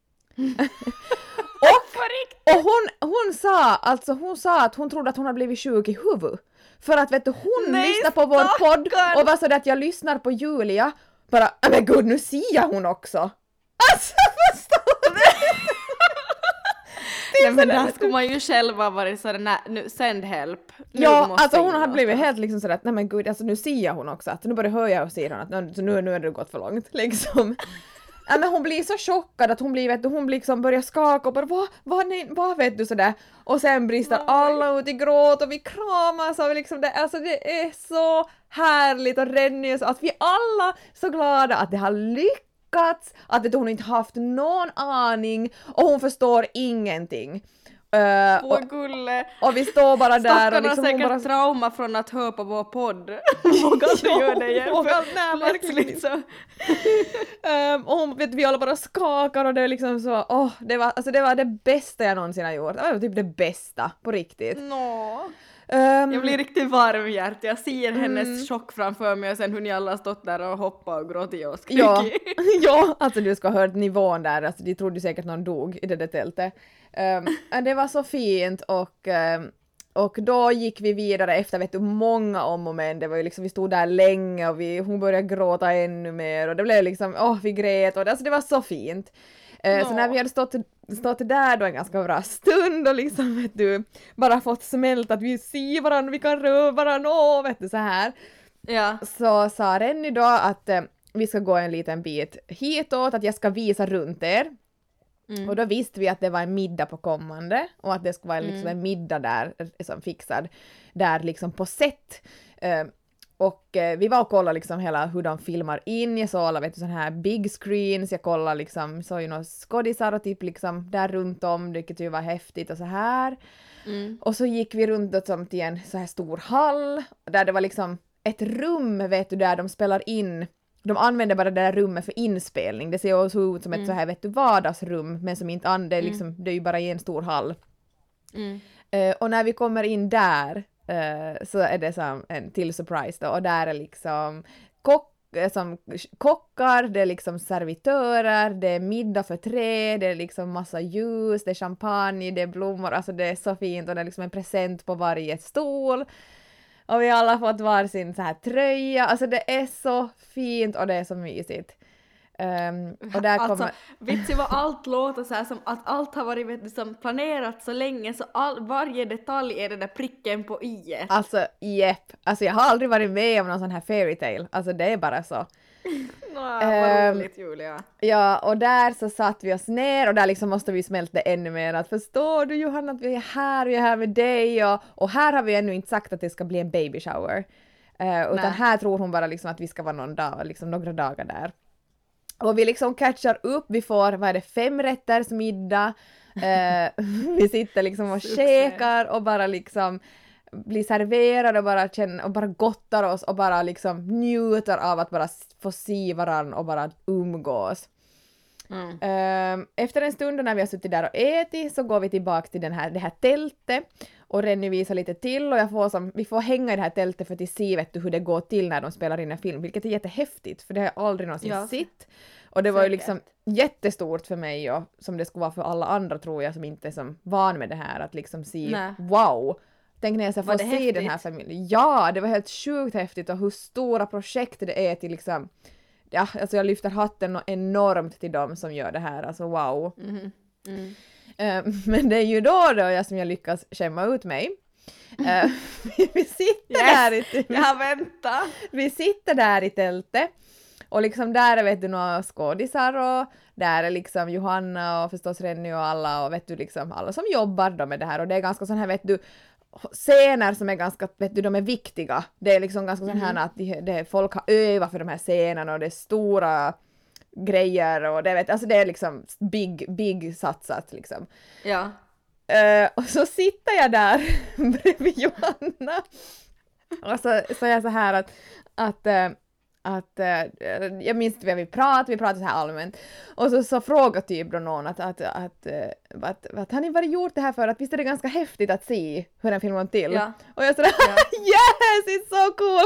Och hon, hon sa, alltså hon sa att hon trodde att hon hade blivit sjuk i huvudet. För att vet du, hon Nej, lyssnar på vår podd stackarn! och var så att jag lyssnar på Julia. Bara, men gud nu ser hon också. Alltså förstår du? Nej men där skulle man ju själv ha varit sådär, nej, nu sänd help. Nu Ja, måste alltså hon in hade och- blivit helt liksom sådär att nej men gud, alltså nu ser jag hon också. Att nu börjar höra jag och ser hon att nu, så nu, nu är det gått för långt liksom. Ja, men hon blir så chockad att hon blir, vet du, hon liksom börjar skaka och bara vad, vad, nej, vad vet du sådär. Och sen brister alla ut i gråt och vi kramas och liksom det, alltså det är så härligt och Rennie så att vi alla så glada att det har lyckats, att vet du, hon inte haft någon aning och hon förstår ingenting. Uh, och, Åh gulle. och vi står bara där och Stackarna har liksom hon säkert bara... trauma från att höra på vår podd. Vågar inte göra det igen. vågar- nej, verkligen Plötsligt så. Um, och hon, vet, vi alla bara skakar och det är liksom så, åh, oh, det, var, alltså, det var det bästa jag någonsin har gjort. Det var typ det bästa, på riktigt. Nå. Um, Jag blir riktigt varm i hjärtat. Jag ser hennes Mm. chock framför mig och sen hur ni alla har stått där och hoppat och gråtit och skrikit. ja, ja, alltså du ska ha hört nivån där, alltså de trodde säkert någon dog i det där tältet. Um, det var så fint och, um, och då gick vi vidare efter vet du, många om och men. Det var ju liksom, vi stod där länge och vi, hon började gråta ännu mer och det blev liksom, åh oh, vi grät och det, alltså det var så fint. Uh, så när vi hade stått, stått där då en ganska bra stund och liksom vet du, bara fått smält att vi ser varandra, vi kan röra varandra, åh vet du så här. Ja. Så sa Renny då att eh, vi ska gå en liten bit hitåt, att jag ska visa runt er. Mm. Och då visste vi att det var en middag på kommande och att det skulle vara liksom Mm. en middag där som fixad där liksom på sätt. Eh, och eh, vi var och kollade liksom hela hur de filmar in. Jag såg alla, vet du, sån här big screens. Jag kollade liksom, såg ju några skådisar och typ liksom där runt om, vilket ju var häftigt och så här. Mm. Och så gick vi runt och som till en så här stor hall där det var liksom ett rum, vet du, där de spelar in. De använder bara det där rummet för inspelning. Det ser också ut som ett Mm. så här, vet du, vardagsrum, men som inte an- det är Mm. liksom, det är ju bara i en stor hall. Mm. Eh, och när vi kommer in där eh, så är det som en till surprise då, och där är liksom kock, eh, som kockar, det är liksom servitörer, det är middag för tre, det är liksom massa ljus, det är champagne, det är blommor, alltså det är så fint och det är liksom en present på varje stol. Och vi har alla fått varsin så här tröja, alltså det är så fint och det är så mysigt. Um, och där Alltså, kommer... vet du vad allt låter så här som att allt har varit vet du, som planerat så länge så all, varje detalj är den där pricken på i. Alltså, jepp. Alltså jag har aldrig varit med om någon sån här fairy tale. Alltså det är bara så. Nå, Ehm, vad roligt Julia. Ja, och där så satt vi oss ner och där liksom måste vi smälta ännu mer. Att förstår du Johanna att vi är här, vi är här med dig och, och här har vi ännu inte sagt att det ska bli en baby shower. Uh, utan Nej. här tror hon bara liksom att vi ska vara någon dag, liksom några dagar där. Och vi liksom catchar upp, vi får, vad är det, fem rätters middag. Uh, vi sitter liksom och Succé. käkar och bara liksom blir serverade och bara känner och bara gottar oss och bara liksom njuter av att bara få se varann och bara umgås. Mm. Ehm, Efter en stund när vi har suttit där och ätit så går vi tillbaka till den här, det här tältet och Renny visar lite till och jag får som, vi får hänga i det här tältet för att se vet du, hur det går till när de spelar in en film, vilket är jättehäftigt för det har jag aldrig någonsin Ja. sett. Och det var ju Säkert. liksom jättestort för mig och som det skulle vara för alla andra tror jag som inte är som van med det här att liksom se Nej. wow. Tänk när jag ska Var få det se häftigt? den här familjen. Ja, det var helt sjukt häftigt och hur stora projekt det är till liksom ja, alltså jag lyfter hatten och enormt till dem som gör det här, alltså wow. Mhm. Mm. Eh, men det är ju då då jag som jag lyckas skämma ut mig. Eh, vi sitter Yes! där i, Jag väntar. vi sitter där i tältet och liksom där är vet du några skådisar och där är liksom Johanna och förstås Renny och alla och vet du liksom alla som jobbar då med det här och det är ganska sån här vet du scener som är ganska, vet du, de är viktiga. Det är liksom ganska sån här att det, det, folk har övat för de här scenerna och det är stora grejer och det vet, alltså det är liksom big, big satsat liksom. Ja. Eh, och så sitter jag där bredvid Johanna och så sa jag så här att, att, eh, att eh, jag minns inte vad vi pratade, vi pratade så här allmänt och så, så frågade typ då någon att, att, att, eh, att, att har ni varit gjort det här för att visst är det ganska häftigt att se hur den filmen till? Ja. Och jag sådär Ja. yes, it's so cool!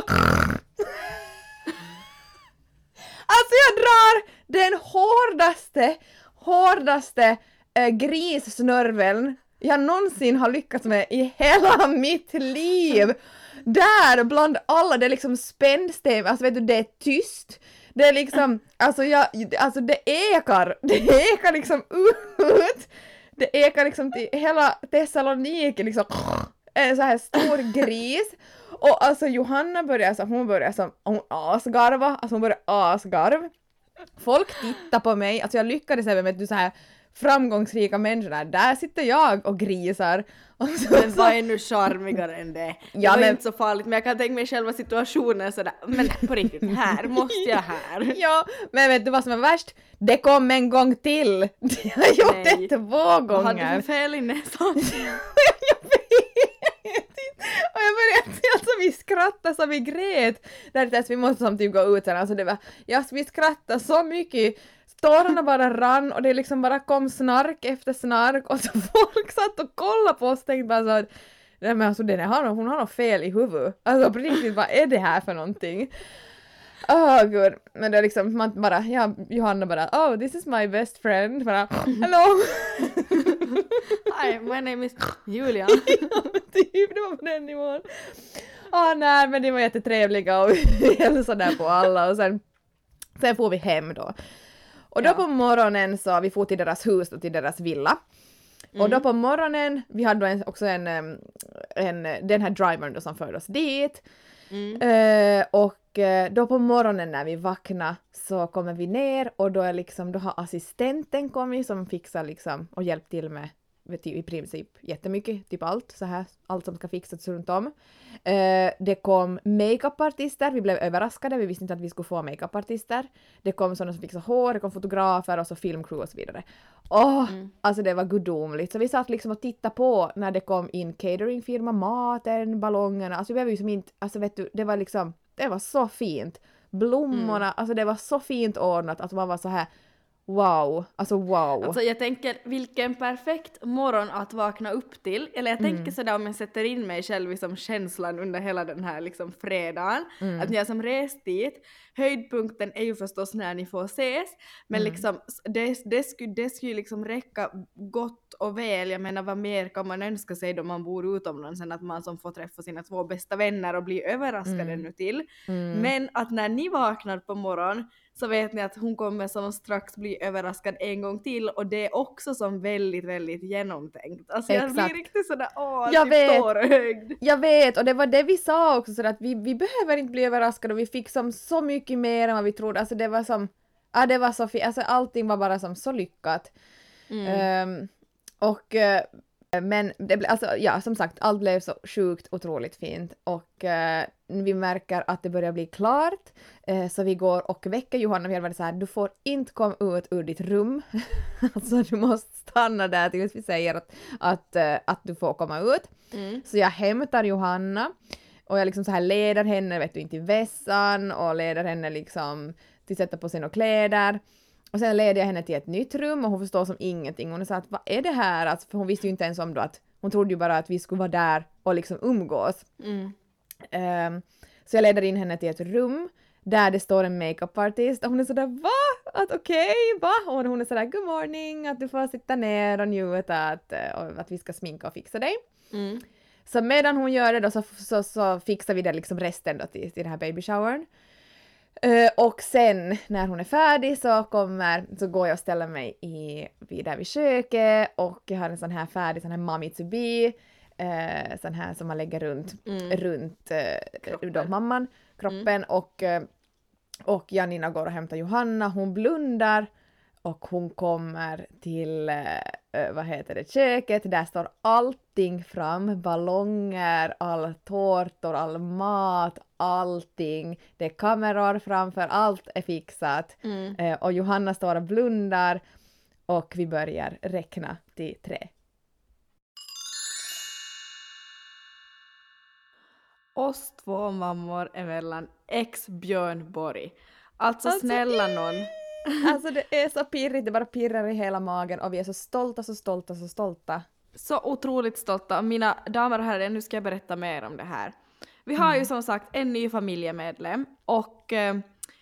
Alltså jag drar den hårdaste, hårdaste äh, grissnörveln jag någonsin har lyckats med i hela mitt liv. Där bland alla, det är liksom spännstäv, alltså vet du, det är tyst. Det är liksom, alltså jag, alltså det ekar, det ekar liksom ut. Det ekar liksom till hela Thessaloniki liksom, en så här stor gris. Och alltså Johanna börjar så, hon börjar som, hon asgarva, alltså hon börjar asgarv. Folk tittar på mig, alltså jag lyckades även med du så här framgångsrika människorna, där sitter jag och grisar. Och så, Men så, vad är nu charmigare än det? Det Ja, var men- inte så farligt, men jag kan tänka mig själva situationen sådär, men på riktigt, här måste jag här. ja, men vet du vad som är värst? Det kom en gång till. Jag har gjort Nej. det två Vad hade gånger. du för fel i näsan? jag vet inte. Och jag började, alltså vi skrattade så vi grät. Där att vi måste som typ gå ut sen, alltså det var, ja vi skrattade så mycket. Tårarna bara rann och det liksom bara kom snark efter snark och så folk satt och kollade på oss och tänkte bara så att nej men alltså den har, hon har något fel i huvudet. Alltså på riktigt, vad är det här för någonting? Åh oh, gud, men det är liksom man bara, ja Johanna bara, oh this is my best friend, bara hello. Hi, my name is Julia. typ, det var på den nivån. Ah, nej, men det var jättetrevliga och vi hälsade där på alla och sen, sen får vi hem då. Och då Ja. på morgonen så vi får till deras hus och till deras villa. Och då på morgonen, vi hade då en, också en, em, en, den här drivern då som förde oss dit. Mm. Eh, och eh, då på morgonen när vi vaknar så kommer vi ner och då är liksom, då har assistenten kommit som fixar liksom och hjälpt till med vet du, i princip jättemycket, typ allt så här, allt som ska fixas runt om. Eh, det kom makeupartister, vi blev överraskade, vi visste inte att vi skulle få makeupartister. Det kom sådana som fixade hår, det kom fotografer och så filmcrew och så vidare. Åh, Mm. alltså det var gudomligt. Så vi satt liksom och tittade på när det kom in cateringfirma, maten, ballongerna, alltså vi behöver ju som inte, alltså vet du, det var liksom, det var så fint. Blommorna, alltså det var så fint ordnat att man var så här wow, alltså wow. Alltså jag tänker, vilken perfekt morgon att vakna upp till. Eller jag tänker sådär om jag sätter in mig själv i som känslan under hela den här liksom fredagen. Att när jag som rest dit, höjdpunkten är ju förstås när ni får ses. Men liksom, det, det skulle det skulle liksom räcka gott och väl. Jag menar, vad mer kan man önska sig då man bor utomlands än att man som får träffa sina två bästa vänner och bli överraskade Mm. nu till. Mm. Men att när ni vaknar på morgonen så vet ni att hon kommer som strax bli överraskad en gång till, och det är också som väldigt, väldigt genomtänkt. Alltså jag Exakt. blir riktigt sådär, åh, Jag typ vet. tårögd. Jag vet, och det var det vi sa också, så att vi, vi behöver inte bli överraskade, och vi fick som så mycket mer än vad vi trodde. Alltså det var som, ja det var så fint, alltså allting var bara som så lyckat. Mm. Ehm, och eh, men det blev, alltså ja, som sagt, allt blev så sjukt otroligt fint, och eh, vi märker att det börjar bli klart, eh, så vi går och väcker Johanna. Vi har varit så här, du får inte komma ut ur ditt rum, alltså du måste stanna där tills vi säger att, att, eh, att du får komma ut. Mm. Så jag hämtar Johanna och jag liksom så här leder henne, vet du, in till vässan och leder henne liksom till att sätta på sig några kläder. Och sen leder jag henne till ett nytt rum och hon förstår som ingenting. Hon sa att vad är det här? Alltså, för hon visste ju inte ens om då att hon trodde ju bara att vi skulle vara där och liksom umgås. Mm. Um, så jag leder in henne till ett rum där det står en makeupartist och hon är sådär va? Att okej, okay, va? Och hon är sådär good morning, att du får sitta ner och njuta att, och att vi ska sminka och fixa dig. Mm. Så medan hon gör det då så, så, så fixar vi det liksom resten då till, till den här babyshowern. Uh, och sen när hon är färdig så kommer, så går jag och ställer mig i, vid, där vid köket, och jag har en sån här färdig sån här mommy to be, uh, sån här som man lägger runt, Mm. runt uh, då, mamman, kroppen, Mm. och, uh, och Janina går och hämtar Johanna, hon blundar och hon kommer till uh, vad heter det, köket, där står allting fram, ballonger, all tårtor, all mat, allting, det är kameror framför, allt är fixat. Mm. Uh, och Johanna står och blundar och vi börjar räkna till tre. Oss två mammor emellan ex Björn Borg. Alltså, Alltså, snälla någon. Alltså det är så pirrigt, det bara pirrar i hela magen och vi är så stolta, så stolta, så stolta. Så otroligt stolta. Mina damer och herrar, nu ska jag berätta mer om det här. Vi har ju som sagt en ny familjemedlem, och eh,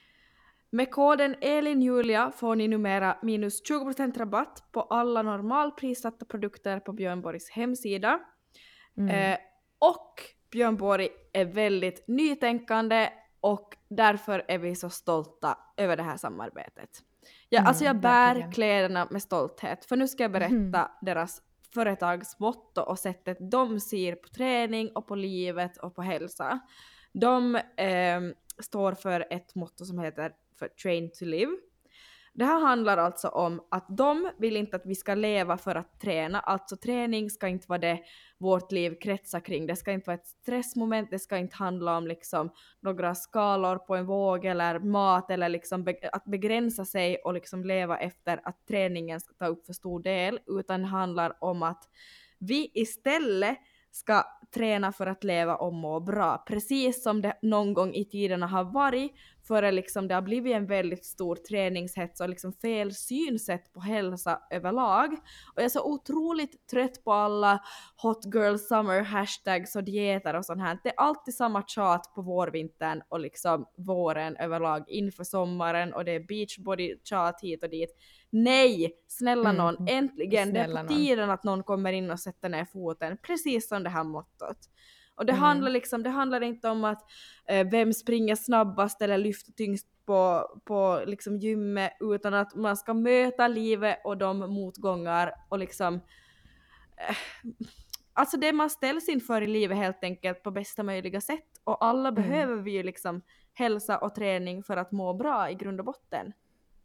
med koden ELINJULIA får ni numera minus tjugo procent rabatt på alla normalprissatta produkter på Björn Borgs hemsida. Mm. Eh, och Björn Borg är väldigt nytänkande, och därför är vi så stolta över det här samarbetet. Ja, Mm, alltså jag bär verkligen. kläderna med stolthet, för nu ska jag berätta Mm. deras företagsmotto och sättet de ser på träning och på livet och på hälsa. De eh, står för ett motto som heter för Train to Live. Det här handlar alltså om att de vill inte att vi ska leva för att träna. Alltså träning ska inte vara det vårt liv kretsar kring. Det ska inte vara ett stressmoment. Det ska inte handla om liksom några skalor på en våg eller mat, eller liksom be- att begränsa sig och liksom leva efter att träningen ska ta upp för stor del. Utan det handlar om att vi istället ska träna för att leva och må bra. Precis som det någon gång i tiderna har varit, för liksom det har blivit en väldigt stor träningshets och liksom fel synsätt på hälsa överlag. Och jag är så otroligt trött på alla hot girl summer hashtags och dieter och sånt här. Det är alltid samma tjat på vårvintern och liksom våren överlag inför sommaren, och det är beachbody tjat hit och dit. Nej, snälla Mm. någon, äntligen. Snälla det är på nån. tiden att någon kommer in och sätter ner foten, precis som det här mottot. Och det, Mm. handlar liksom, det handlar inte om att eh, vem springer snabbast eller lyfter tyngst på, på liksom gymmet, utan att man ska möta livet och de motgångar och liksom eh, alltså det man ställs inför i livet helt enkelt på bästa möjliga sätt. Och alla Mm. behöver vi ju liksom hälsa och träning för att må bra i grund och botten.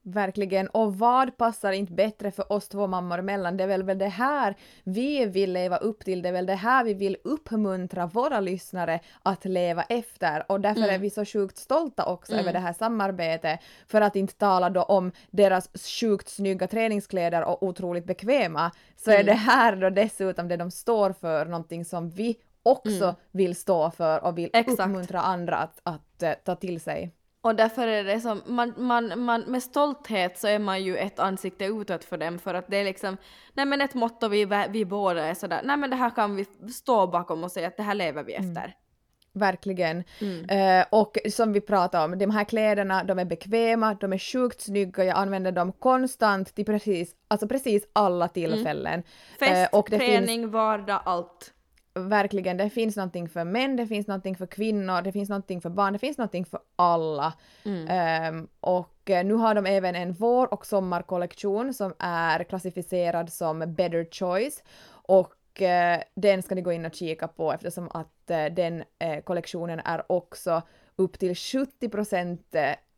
Verkligen. Och vad passar inte bättre för oss två mammor emellan? Det är väl, väl det här vi vill leva upp till. Det är väl det här vi vill uppmuntra våra lyssnare att leva efter. Och därför mm. är vi så sjukt stolta också mm. över det här samarbetet. För att inte tala då om deras sjukt snygga träningskläder och otroligt bekväma. Så mm. är det här då dessutom det de står för. Någonting som vi också mm. vill stå för och vill Exakt. uppmuntra andra att, att uh, ta till sig. Och därför är det som, man, man, man, med stolthet så är man ju ett ansikte utåt för dem, för att det är liksom, nej men ett motto vi, vi båda är sådär, nej men det här kan vi stå bakom och säga att det här lever vi efter. Mm. Verkligen. Mm. Uh, och som vi pratade om, de här kläderna, de är bekväma, de är sjukt snygga, jag använder dem konstant till precis, alltså precis alla tillfällen. Mm. Fest, uh, och det träning, finns... vardag, allt. Verkligen, det finns någonting för män, det finns någonting för kvinnor, det finns någonting för barn, det finns någonting för alla. Mm. Um, och uh, nu har de även en vår- och sommarkollektion som är klassificerad som Better Choice. Och uh, den ska ni gå in och kika på eftersom att uh, den uh, kollektionen är också upp till sjuttio procent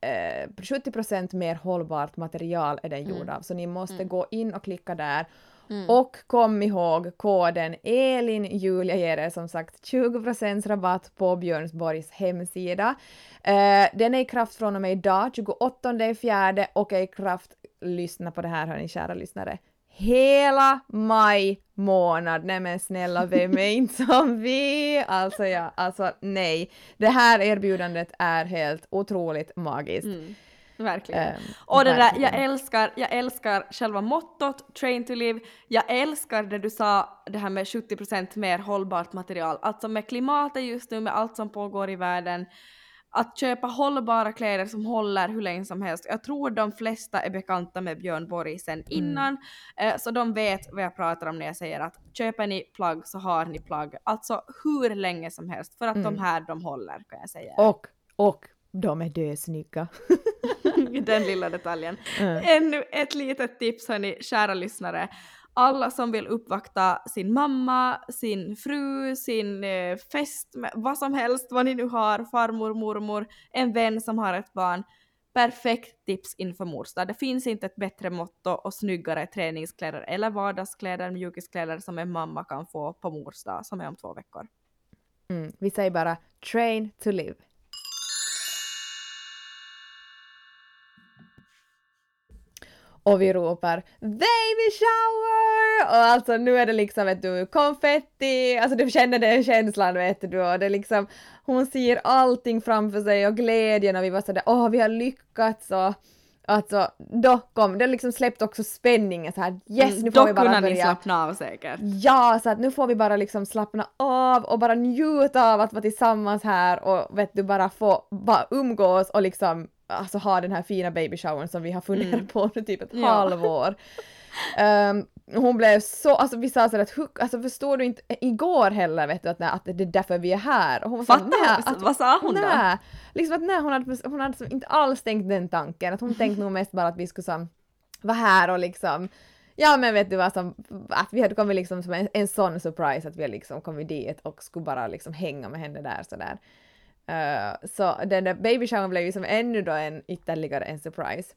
uh, sjuttio procent mer hållbart material är den gjord av. Mm. Så ni måste mm. gå in och klicka där. Mm. Och kom ihåg, koden ELINJULIA ger er som sagt tjugo procent rabatt på Björnsborgs hemsida. Uh, den är i kraft från och med idag, tjugoåttonde fjärde, och är i kraft, lyssna på det här hörni kära lyssnare, hela maj månad. Nej men snälla, vem är inte som vi? Alltså ja, alltså nej. Det här erbjudandet är helt otroligt magiskt. Mm. Verkligen. Um, och det verkligen. där, jag älskar, jag älskar själva mottot, train to live. Jag älskar det du sa, det här med sjuttio procent mer hållbart material. Alltså med klimatet just nu, med allt som pågår i världen. Att köpa hållbara kläder som håller hur länge som helst. Jag tror de flesta är bekanta med Björn Borg sen innan. Mm. Så de vet vad jag pratar om när jag säger att köper ni plagg så har ni plagg. Alltså hur länge som helst. För att mm. de här de håller kan jag säga. Och, och de är dösnygga. Den lilla detaljen. Mm. Ännu ett litet tips hörni, kära lyssnare. Alla som vill uppvakta sin mamma, sin fru, sin eh, fest, vad som helst, vad ni nu har, farmor, mormor, en vän som har ett barn. Perfekt tips inför morsdag. Det finns inte ett bättre motto och snyggare träningskläder eller vardagskläder, mjukiskläder som en mamma kan få på morsdag som är om två veckor. Mm. Vi säger bara train to live. Och vi ropar baby shower! Och alltså nu är det liksom, vet du, konfetti, alltså du känner den känslan, vet du, och det är liksom, hon ser allting framför sig och glädjen, och vi var sådär, åh vi har lyckats, och alltså då kom, det liksom släppt också spänningen så här, yes mm, nu får vi bara börja. Då kunde ni slappna av säkert. Ja, så att nu får vi bara liksom slappna av och bara njuta av att vara tillsammans här och vet du, bara få bara umgås och liksom alltså ha den här fina babyshowen som vi har funderat mm. på nu typ ett ja. halvår. Um, hon blev så, alltså vi sa sådär att alltså förstår du inte igår heller vet du att, nej, att det är därför vi är här. Och hon sa, nej, att, vad sa hon nej. då? Liksom att nej, hon hade, hon hade inte alls tänkt den tanken. Att hon tänkte nog mest bara att vi skulle så, vara här och liksom ja men vet du vad som, att vi hade kommit liksom som en, en sån surprise att vi liksom kommit dit och skulle bara liksom hänga med henne där sådär. Uh, så den där babyshowen blev ju som ännu då en ytterligare en surprise.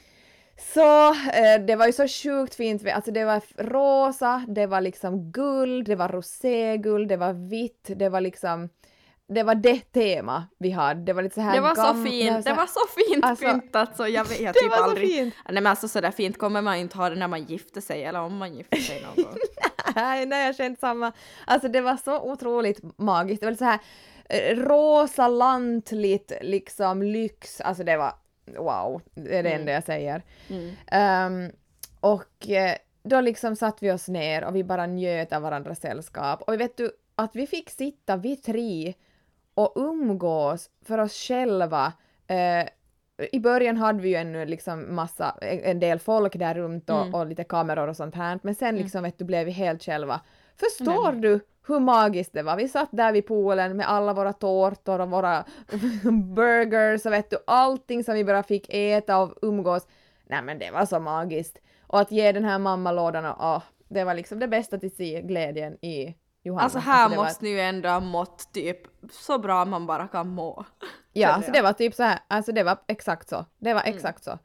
Så uh, det var ju så sjukt fint, alltså det var rosa, det var liksom guld, det var roséguld, det var vitt, det var liksom det var det tema vi hade. Det var lite så här det var gam- så fint, det var så, det var så fint alltså, pyntat så jag vet det typ var så aldrig. Fint. Nej men alltså så där fint kommer man inte ha det när man gifter sig eller om man gifter sig någon gång. nej, nej jag kände samma. Alltså det var så otroligt magiskt. Det var lite så här rosa lantligt liksom lyx, alltså det var wow, det är det mm. enda jag säger. Mm. Um, och eh, då liksom satt vi oss ner och vi bara njöt av varandras sällskap och vi vet du att vi fick sitta vid tre och umgås för oss själva. Uh, i början hade vi ju ännu liksom massa, en del folk där runt och, mm. och lite kameror och sånt här, men sen liksom mm. vet du blev vi helt själva. Förstår mm. du hur magiskt det var? Vi satt där vid poolen med alla våra tårtor och våra burgers och vet du, allting som vi bara fick äta och umgås. Nej men det var så magiskt. Och att ge den här mammalådan, och åh, det var liksom det bästa till se glädjen i Johanna. Alltså här alltså, måste var... ni ju ändå ha mått typ så bra man bara kan må. Ja, så det var typ så här, alltså det var exakt så. Det var exakt mm. så.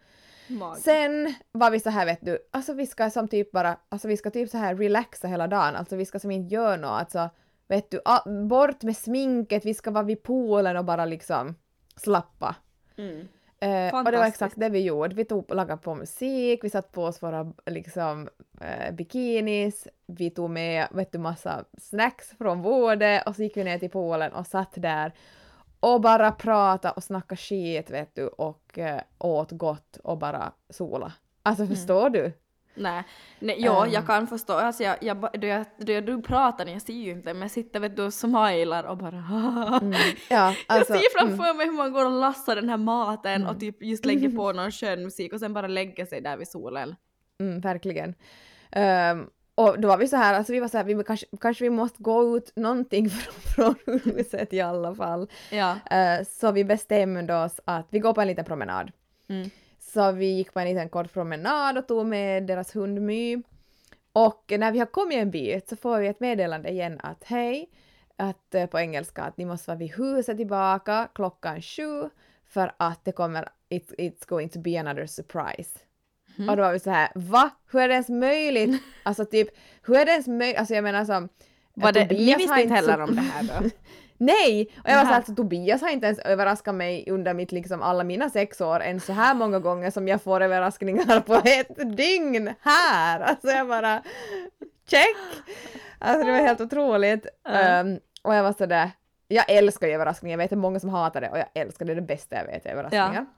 Magiskt. Sen var vi så här, vet du, alltså vi ska som typ bara, alltså vi ska typ så här relaxa hela dagen, alltså vi ska som inte göra något, alltså vet du, a- bort med sminket, vi ska vara vid poolen och bara liksom slappa. Mm. Eh, och det var Fantastiskt. exakt det vi gjorde. Vi tog lagade på musik, vi satt på oss våra liksom, eh, bikinis, vi tog med vet du, massa snacks från bordet och så gick vi ner till poolen och satt där och bara prata och snacka skit vet du och eh, åt gott och bara sola. Alltså förstår du? Nej, nej ja, Ehm. jag kan förstå. Alltså jag, jag, ba- då jag, då jag, du pratar, jag ser ju inte, men jag sitter vet du och smilar och bara Mm. Ja, alltså, jag ser mm. framför mig hur man går och lassar den här maten och typ just lägger på någon skön musik och sen bara lägger sig där vid solen. Mm, verkligen. Ehm, och då var vi så här, alltså vi var så här, vi kanske, kanske vi måste gå ut någonting från, från huset i alla fall. Ja. Eh, så vi bestämde oss att vi går på en liten promenad. Mm. Så vi gick på en liten kort promenad och tog med deras hund My. Och när vi har kommit en bit så får vi ett meddelande igen att hej, att eh, på engelska att ni måste vara vid huset tillbaka klockan sju för att det kommer, it's, it's going to be another surprise. Mhm. Och då var vi så här, va? Hur är det ens möjligt? Alltså typ, hur är det ens möjligt? Alltså jag menar som... Var det, Tobias ni har visste inte heller så- om det här då? Nej! Och jag var så Nähä. här, alltså, Tobias har inte ens överraskat mig under mitt, liksom, alla mina sex år än så här många gånger som jag får överraskningar på ett dygn här. Alltså jag bara, check! Alltså det var helt otroligt. Ja. Um, och jag var så där, jag älskar ju överraskningar, jag vet att det är många som hatar det och jag älskar det, det bästa jag vet är överraskningar.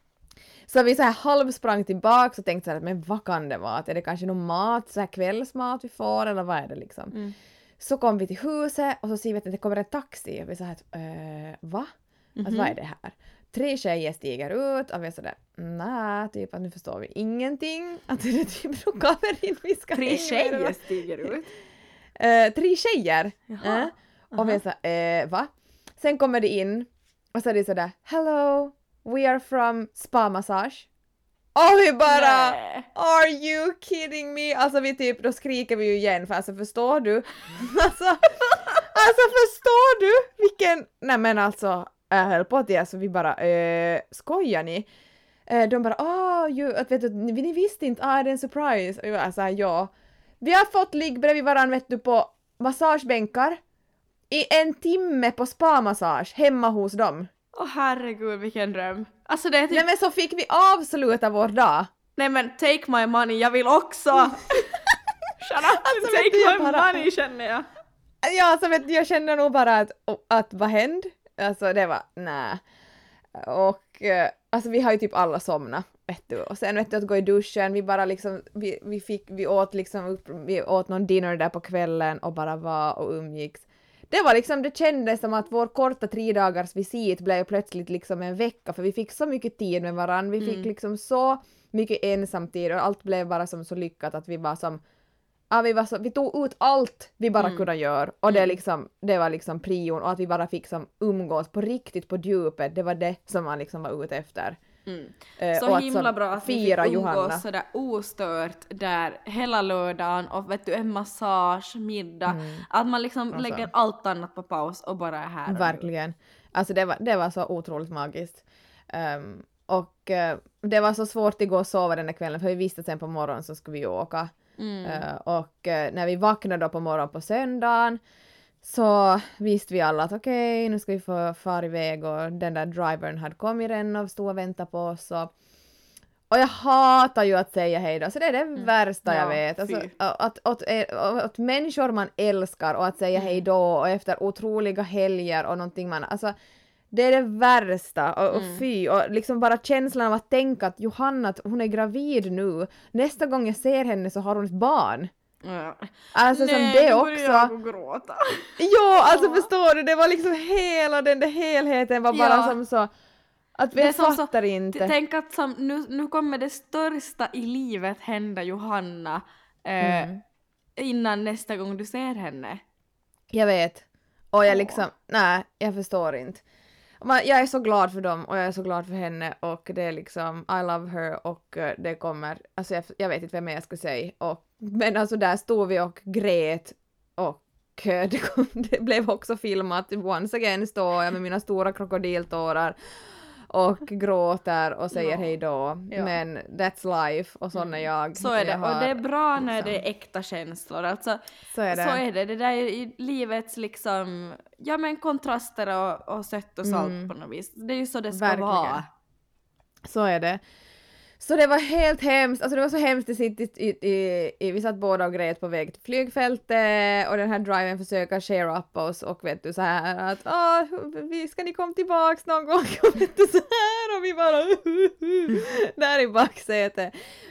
Så vi så här halvsprang tillbaka och tänkte så här, men vad kan det vara? Att är det kanske någon mat, så här kvällsmat vi får eller vad är det liksom? Mm. Så kom vi till huset och så ser vi att det kommer en taxi och vi sa att äh, va? Alltså Mhm. vad är det här? Tre tjejer stiger ut och vi är sådär nej, typ att nu förstår vi ingenting. Att det är typ då kommer in vi ska Tre hänga tjejer med. stiger ut. Eh, tre tjejer. Jaha. Eh, och vi är såhär, eh, va? Sen kommer det in och så är det sådär hello, we are from spa massage. Och vi bara Nej. are you kidding me? Alltså vi typ, då skriker vi ju igen för alltså förstår du? alltså, alltså förstår du vilken, nej men alltså jag höll på att det, alltså vi bara eh, skojar ni? Eh, de bara ah, ju, att vet du, ni, ni visste inte, ah det är en surprise. Och jag var såhär ja. Vi har fått ligga bredvid varandra vet du på massagebänkar i en timme på spa-massage hemma hos dem. Åh herregud vilken dröm. Alltså det är typ, Nej men så fick vi avsluta vår dag. nej men take my money, jag vill också! Shut up and Alltså, vet take du, jag my bara- money känner jag. Ja, alltså vet du, jag kände nog bara att, att vad hände? Alltså det var, nej. Och eh, alltså vi har ju typ alla somnat, vet du. Och sen vet du att gå i duschen, vi bara liksom, vi, vi fick, vi åt liksom, upp, vi åt någon dinner där på kvällen och bara var och umgicks. Det var liksom, det kändes som att vår korta tre dagars visit blev plötsligt liksom en vecka för vi fick så mycket tid med varandra, vi fick Mm. liksom så mycket ensamtid och allt blev bara som så lyckat att vi var som ja, vi, var så, vi tog ut allt vi bara Mm. kunde göra och det, Mm. liksom, det var liksom prion och att vi bara fick som umgås på riktigt på djupet, det var det som man liksom var ute efter. Mm. Eh, Så och att himla som bra att vi fira fick umgås Johanna. sådär ostört där hela lördagen och vet du en massage, middag, Mm. att man liksom Alltså. lägger allt annat på paus och bara är här och nu. Verkligen. Alltså det var, det var så otroligt magiskt. Um, och uh, det var så svårt att gå och sova den där kvällen för vi visste att sen på morgonen så skulle vi åka. Mm. Uh, och uh, när vi vaknade då på morgonen på söndagen så visste vi alla att okej, okay, nu ska vi få fara iväg och den där drivern hade kommit redan och stod och väntade på oss. Och, och jag hatar ju att säga hej då, så det är det värsta jag Ja, vet. Alltså, fy. att, att, att, att människor man älskar och att säga hej då och efter otroliga helger och någonting man, alltså det är det värsta och, och Mm. fy och liksom bara känslan av att tänka att Johanna, att hon är gravid nu, nästa gång jag ser henne så har hon ett barn. Ja. Alltså Nej, som det nu börjar jag också. gå och gråta. Jo, alltså Ja. förstår du, det var liksom hela den där helheten var bara Ja. som så att vi Det är som så- fattar inte. Tänk att som, nu, nu kommer det största i livet hända Johanna eh, Mm. innan nästa gång du ser henne. Jag vet. Och jag Åh. liksom, nej, jag förstår inte. Men jag är så glad för dem och jag är så glad för henne och det är liksom, I love her och eh, det kommer, alltså jag, jag vet inte vem jag ska säga. Och, men alltså där stod vi och grät och eh, det, kom, det blev också filmat, once again står jag med mina stora krokodiltårar och gråter och säger Ja. hej då. Ja. Men that's life och sån är jag. Så är det, Jag har, och det är bra när liksom- det är äkta känslor. Alltså, Så är det. Så är det, det där är i livets liksom, ja men kontraster och, och sött och salt Mm. på något vis. Det är ju så det ska Verkligen. vara. Så är det. Så det var helt hemskt, alltså det var så hemskt i sitt, i, i, i, vi satt båda och grät på väg till flygfältet och den här driven försöker share up oss och vet du så här att åh, vi ska ni komma tillbaks någon gång och vet du så här och vi bara där i baksätet.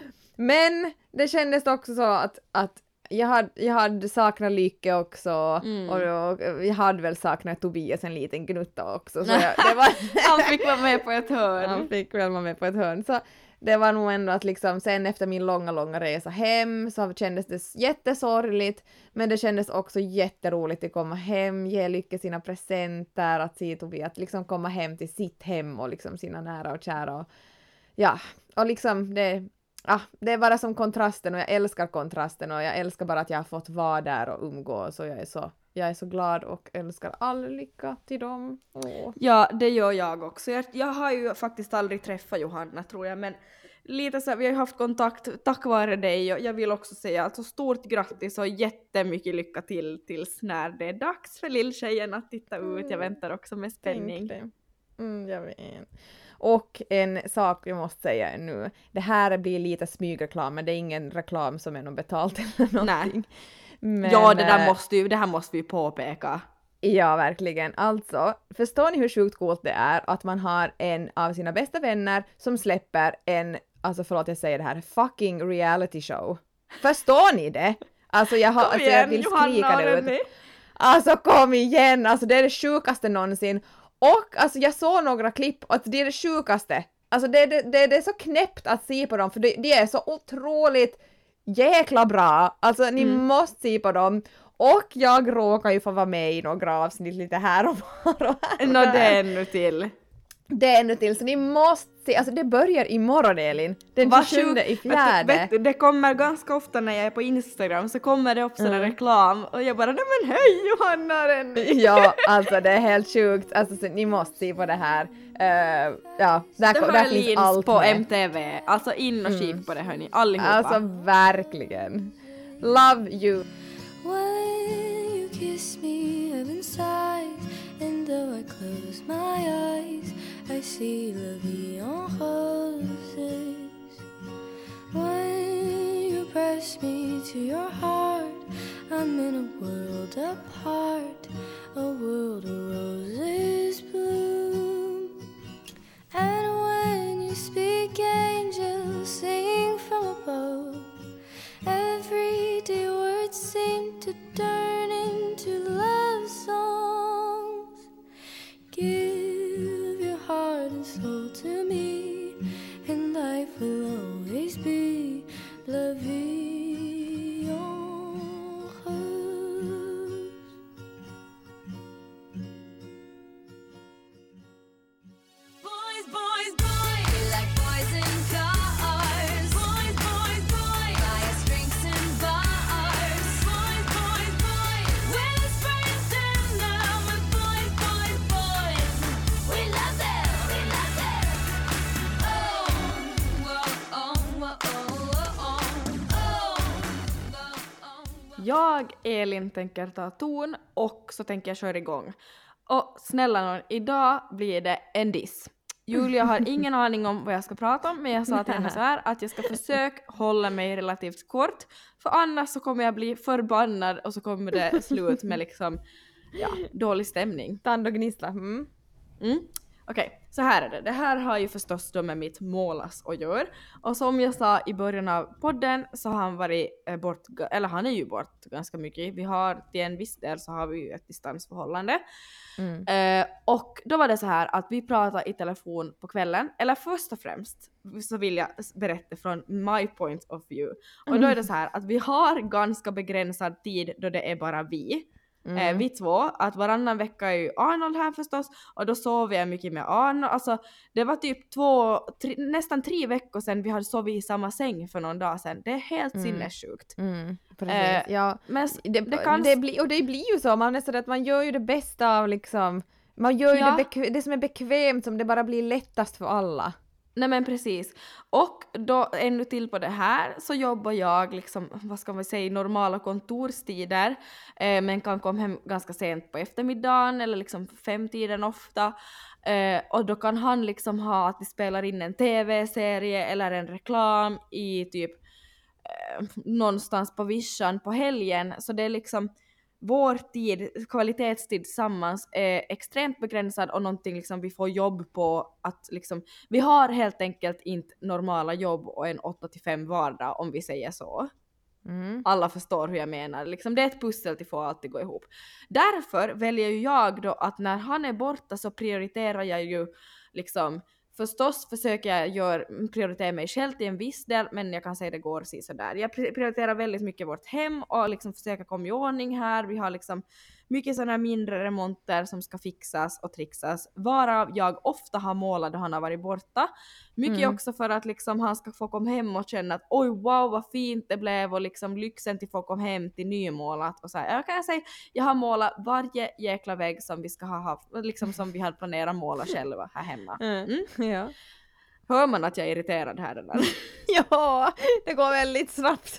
Men det kändes också så att, att jag hade, jag hade saknat Lykke också Mm. och, och jag hade väl saknat Tobias en liten gnutta också så jag, det var Han fick vara med på ett hörn. han fick väl vara med på ett hörn. Så det var nog ändå att liksom sen efter min långa, långa resa hem så kändes det jättesorgligt. Men det kändes också jätteroligt att komma hem, ge Lykke sina presenter, att se Tobias, att liksom komma hem till sitt hem och liksom sina nära och kära. Och, ja, och liksom det, ja, det är bara som kontrasten och jag älskar kontrasten och jag älskar bara att jag har fått vara där och umgås och jag är så, jag är så glad och älskar all lycka till dem. Åh. Ja, det gör jag också. Jag, jag har ju faktiskt aldrig träffat Johanna tror jag, men lite så här, vi har ju haft kontakt tack vare dig och jag vill också säga alltså stort grattis och jättemycket lycka till tills när det är dags för lilltjejen att titta ut. Jag väntar också med spänning. Tänk det. Mm, jag vet. Och en sak jag måste säga nu, det här blir lite smygreklam men det är ingen reklam som är någon betalt eller någonting. Men, Ja, det där eh, måste ju, det här måste vi påpeka. Ja, verkligen. Alltså, förstår ni hur sjukt coolt det är att man har en av sina bästa vänner som släpper en, alltså förlåt jag säger det här, fucking reality show. Förstår ni det? Alltså jag, har, Kom alltså, jag igen, vill Johanna skrika och det ut. Renny. Alltså kom igen, alltså det är det sjukaste någonsin. Och alltså jag såg några klipp och det är det sjukaste. Alltså det, det, det, det är så knäppt att se på dem för det, det är så otroligt jäkla bra. Alltså ni Mm. måste se på dem. Och jag råkar ju få vara med i några avsnitt lite här och var och här och Nå, det där. är ännu till. Det är ännu till så ni måste se, alltså det börjar imorgon Elin. Den Vad tjugosjunde sjukt. i Vet du- fjärde. vet du, det kommer ganska ofta när jag är på Instagram så kommer det upp sån Mm. reklam och jag bara nej men hej Johanna Renny. Ja, alltså det är helt sjukt. Alltså så, ni måste se på det här. Uh, ja, där, Det där har finns Lins allt på med. M T V. Alltså in och kik på det hörni, allihopa. Alltså verkligen. Love you. When you kiss me up inside, and though I close my eyes, I see la vie en roses. When you press me to your heart, I'm in a world apart, a world of roses bloom. And when you speak, angels sing from above. Everyday words seem to turn into love songs. Give your heart and soul to me, and life will always be la vie en rose. Boys, boys, boys, we like boys in cars. Boys, boys, boys, buy us drinks in bars. Boys, boys, boys, we're friends and now we're boys, boys, boys. We love them, we love them. Oh, whoa, oh, whoa, oh, oh, oh, oh, oh. Jag, Elin, tänker ta ton och så tänker jag köra igång. Och snälla någon, idag blir det en diss. Julia har ingen aning om vad jag ska prata om, men jag sa till henne så här att jag ska försöka hålla mig relativt kort, för annars så kommer jag bli förbannad och så kommer det slut med liksom, ja, dålig stämning. Tand och gnissla. Mm. Mm. Okej, så här är det. Det här har ju förstås då med mitt målas att göra. Och som jag sa i början av podden så har han varit eh, bort, eller han är ju bort ganska mycket. Vi har till en viss del så har vi ju ett distansförhållande. Mm. Eh, och då var det så här att vi pratade i telefon på kvällen. Eller först och främst så vill jag berätta från my point of view. Och då är det så här att vi har ganska begränsad tid då det är bara vi. Mm. Eh, vi två, att varannan vecka är ju Arnold här förstås och då sover jag mycket med Arnold. Alltså det var typ två, tre, nästan tre veckor sedan vi hade sovit i samma säng för någon dag sedan. Det är helt Mm. sinnessjukt. Mm, precis. Eh, ja. Men s- Det, det kan... det blir, och det blir ju så, man, nästan att man gör ju det bästa av liksom Man gör ju Ja. det, bekv- det som är bekvämt som det bara blir lättast för alla. Nej men precis. Och då ännu till på det här så jobbar jag liksom, vad ska man säga, normala kontorstider eh, men kan komma hem ganska sent på eftermiddagen eller liksom femtiden ofta. Eh, och då kan han liksom ha att vi spelar in en tv-serie eller en reklam i typ eh, någonstans på vischan på helgen. Så det är liksom vår tid, kvalitetstid tillsammans är extremt begränsad och någonting liksom vi får jobb på att liksom, vi har helt enkelt inte normala jobb och en åtta till fem vardag om vi säger så. Mm. Alla förstår hur jag menar. Liksom, det är ett pussel till att få allt att gå ihop. Därför väljer ju jag då att när han är borta så prioriterar jag ju liksom, förstås försöker jag gör, prioritera mig själv till en viss del, men jag kan säga det går så där. Jag prioriterar väldigt mycket vårt hem och liksom försöker komma i ordning här. Vi har liksom mycket sådana här mindre remonter som ska fixas och trixas, varav jag ofta har målat då han har varit borta. Mycket Mm. också för att liksom han ska få komma hem och känna att oj wow vad fint det blev och liksom lyxen till att få komma hem till nymålat och så här. Jag kan säga, jag har målat varje jäkla vägg som vi ska ha haft, liksom som vi hade planerat måla själva här hemma. Mm. Ja. Hör man att jag är irriterad här eller? Ja, det går väldigt snabbt.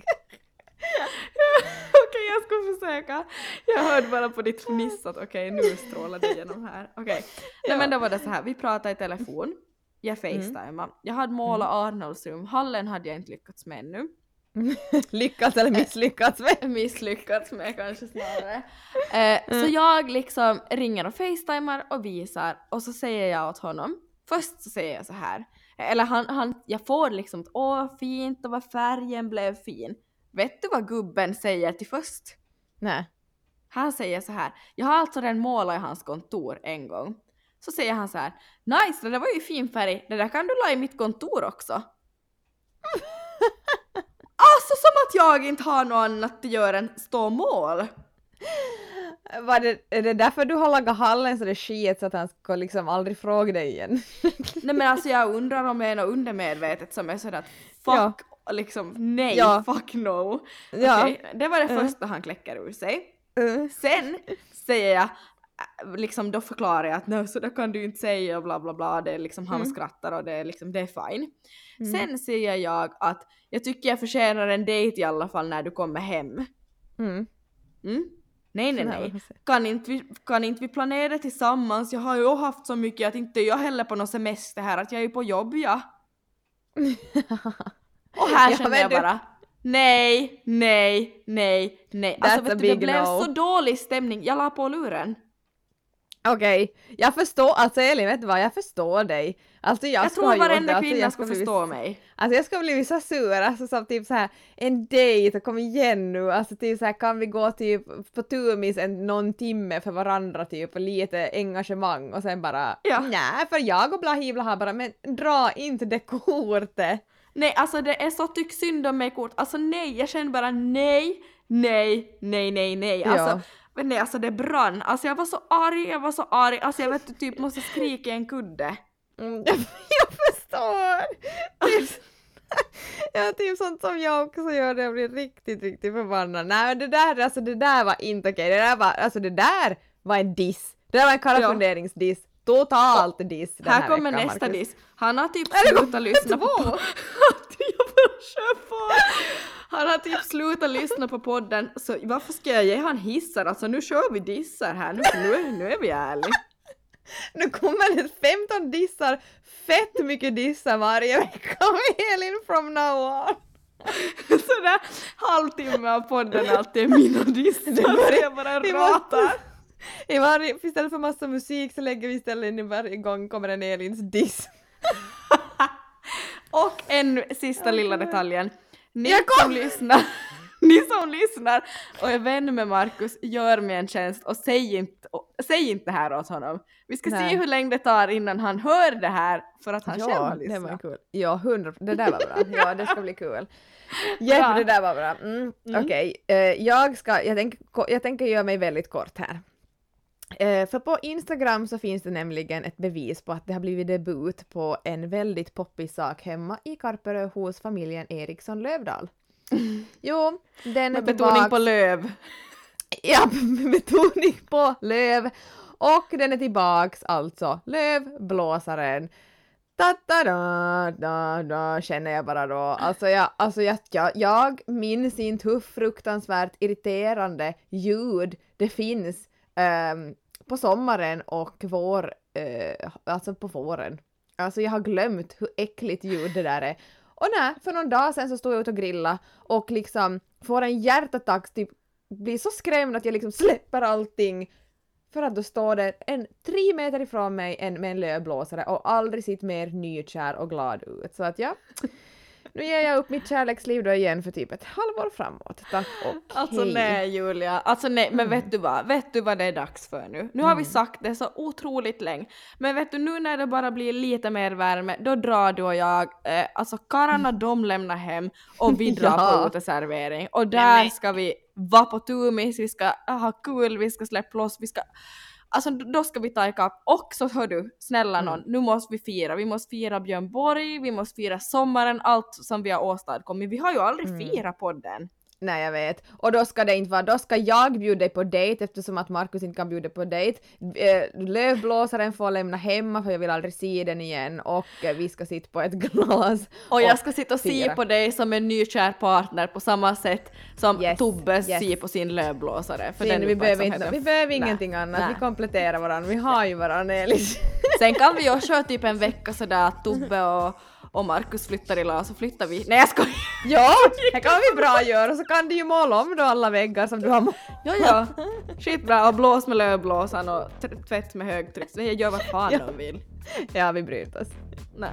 Okej, jag ska försöka. Jag hörde bara på ditt fniss att okej, nu strålar det igenom här. Okej. Nej men då var det så här, vi pratade i telefon. Jag facetimade. Jag hade målat Arnolds rum. Hallen hade jag inte lyckats med ännu. Lyckats eller misslyckats med. Misslyckats med kanske snarare. Eh, Så jag liksom ringer och facetimar och visar. Och så säger jag åt honom. Först så säger jag så här. Eller han, han, jag får liksom åh fint och vad färgen blev fin. Vet du vad gubben säger till först? Nej. Han säger så här. Jag har alltså redan målat i hans kontor en gång. Så säger han så här. Nice, det där var ju fin färg. Det där kan du la i mitt kontor också. Alltså som att jag inte har något annat att göra än stå mål. Var det, är det därför du har lagat hallen så det skit så att han ska liksom aldrig fråga dig igen? Nej men alltså jag undrar om det är något undermedvetet som är sådär att fuck, Ja. liksom nej, Ja. fuck no. Ja. Okej, det var det Mm. första han kläcker ur sig. Mm. Sen säger jag, äh, liksom då förklarar jag att nej så det kan du inte säga och bla bla bla, det är liksom han Mm. skrattar och det är liksom, det är fine. Mm. Sen säger jag att jag tycker jag förtjänar en dejt i alla fall när du kommer hem. Mm. Mm? Nej nej Sån här nej. var det. Kan inte, vi, kan inte vi planera det tillsammans? Jag har ju haft så mycket att inte jag heller på någon semester här, att jag är ju på jobb ja. Och här Ja, kände men jag du- bara nej, nej, nej, nej. Alltså That's vet a du, det big blev no. så dålig stämning. Jag la på luren. Okej, jag förstår, alltså Elin vet du vad, jag förstår dig. Alltså jag, Jag ska tror ha gjort varenda det, alltså, kvinna jag ska bli förstå så- mig. Alltså jag ska bli så sur, alltså som typ så här en dejt, kom igen nu, alltså typ så här kan vi gå typ på turmis en, någon timme för varandra typ och lite engagemang och sen bara Ja. nej för jag och blahi blaha bara men dra inte det kortet. Nej, alltså det är så tyck synd om mig kort. Alltså nej, jag känner bara nej, nej, nej, nej, nej. Alltså, Ja. men nej, alltså det brann. Alltså jag var så arg, jag var så arg. Alltså jag vet du typ måste skrika i en kudde. Mm, jag, jag förstår! Typ, ja, typ sånt som jag också gör, jag blir riktigt, riktigt förbannad. Nej men det där, alltså det där var inte okej. Det där var, alltså det där var en diss. Det där var en kallafunderingsdiss. Totalt diss den här, Här kommer veckan, nästa Marcus. diss. Han har typ Eller slutat lyssna på... två. Jag bara kör på. Han har typ slutat lyssna på podden. Så varför ska jag ge han hissar? Alltså nu kör vi dissar här. Nu, nu, nu är vi ärliga. Nu kommer det femton dissar, fett mycket dissar varje vecka med Elin from now on. Sådär halvtimme av podden alltid är mina dissar. Så jag bara vi ratar. måste- I varje, istället för massa musik så lägger vi istället in i varje gång kommer en Elins diss. Och en sista lilla detaljen. Ni Jag kom- som lyssnar, ni som lyssnar och är vän med Markus, gör mig en tjänst och säg inte, och, säg inte det här åt honom. Vi ska Nej. se hur länge det tar innan han hör det här för att han själv Ja, har det var lyssnat. kul. Ja, hundra. Det där var bra. Ja, det ska bli kul. Jeff, Bra. det där var bra. Mm, Mm. Okej, eh, jag ska, jag tänker, jag tänker göra mig väldigt kort här. Eh, för på Instagram så finns det nämligen ett bevis på att det har blivit debut på en väldigt poppig sak hemma i Karperö hos familjen Eriksson Lövdahl. Jo, den är Med betoning tillbaks. på löv. Ja, betoning på löv. Och den är tillbaks, alltså lövblåsaren. Ta-ta-da, da, da, känner jag bara då. Alltså, jag, alltså jag, jag, jag minns inte hur fruktansvärt irriterande ljud det finns um, på sommaren och vår, uh, alltså på våren. Alltså jag har glömt hur äckligt ljud det där är. Och nej, för någon dag sedan så stod jag ut och grilla och liksom får en hjärtattack, typ blir så skrämd att jag liksom släpper allting. För att då står det en tre meter ifrån mig en, med en lövblåsare och aldrig sitt mer nykär och glad ut. Så att ja, nu ger jag upp mitt kärleksliv då igen för typ ett halvår framåt. Tack och Alltså hej. nej Julia, alltså nej, men vet du vad, vet du vad det är dags för nu? Nu har vi sagt det så otroligt länge, men vet du nu när det bara blir lite mer värme, då drar du och jag, eh, alltså karlarna de lämnar hem och vi drar Ja. på uteservering och där Nej, men- ska vi vara på tumis, vi ska ha kul, vi ska släppa loss, vi ska alltså då ska vi ta ikapp. Och så hör du, snälla någon, nu måste vi fira. Vi måste fira Björn Borg, vi måste fira sommaren, allt som vi har åstadkommit. Vi har ju aldrig Mm. firat podden. Nej, jag vet. Och då ska det inte vara, då ska jag bjuda dig på dejt eftersom att Markus inte kan bjuda på dejt. Eh, lövblåsaren får lämna hemma för jag vill aldrig se den igen och eh, vi ska sitta på ett glas. Och jag ska sitta och se fira. på dig som en nykär partner på samma sätt som Yes, Tobbe yes. ser på sin lövblåsare. För Fin, den vi, behöver inte, uppmärksamheten. vi behöver Nej, ingenting annat, nej. vi kompletterar varandra, vi har ju varandra Elis. Sen kan vi ju köra typ en vecka sådär att Tobbe och, och Markus flyttar i lag så flyttar vi. Nej jag skojar! Ja, det kan vi bra göra så kan du ju måla om då alla väggar som du har målat. Ja ja, skitbra och blås med lövblåsan och t- tvätt med högtryck. Så jag gör vad fan Ja. de vill. Ja, vi bryter oss. Nej.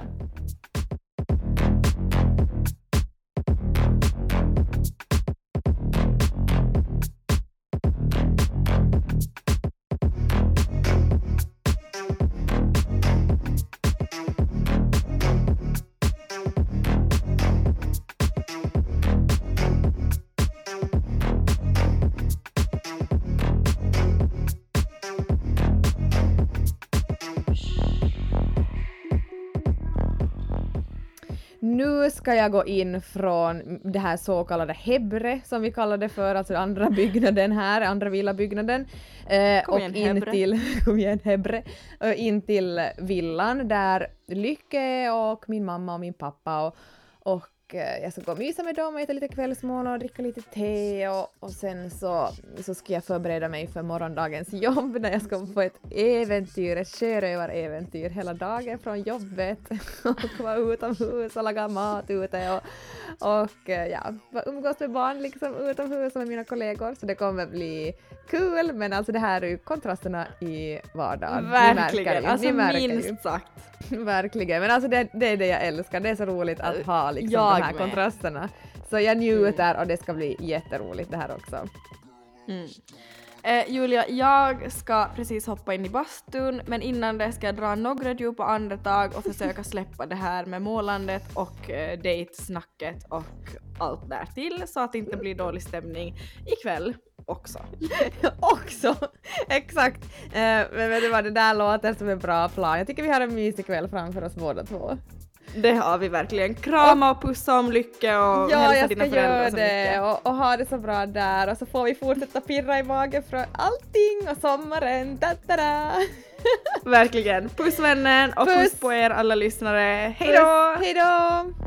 Nu ska jag gå in från det här så kallade Hebre som vi kallar det för, alltså andra byggnaden här, andra villabyggnaden. Eh, Kom och igen, in Hebre. till, kom igen Hebre, och in till villan där Lycke och min mamma och min pappa och, och eh, jag ska gå och mysa med dem och äta lite kvällsmål och dricka lite te och, och sen så, så ska jag förbereda mig för morgondagens jobb när jag ska få ett äventyr, ett sjörövaräventyr hela dagen från jobbet och vara utomhus och laga mat ute och, och eh, ja, umgås med barn liksom utomhus och med mina kollegor så det kommer bli kul men alltså det här är ju kontrasterna i vardagen. Ni märker Verkligen, ju, alltså ni märker ju. minst sagt. Verkligen, men alltså det, det är det jag älskar. Det är så roligt att ha liksom Jag de här med. kontrasterna. Så jag njuter och det ska bli jätteroligt det här också. Mm. Eh, Julia, jag ska precis hoppa in i bastun men innan det ska jag dra några djupa andetag och försöka släppa det här med målandet och eh, dejtsnacket och allt där till så att det inte blir dålig stämning ikväll också. också! Exakt! Eh, men vet du vad, det där låter som en bra plan. Jag tycker vi har en mysig kväll framför oss båda två. Det har vi verkligen. Krama och pussa om Lycke och Ja, hälsa jag dina ska föräldrar göra så det mycket. och, och ha det så bra där och så får vi fortsätta pirra i magen för allting och sommaren. Da-da-da. Verkligen. Puss vännen och Puss. puss på er alla lyssnare. Hej då! Hej då!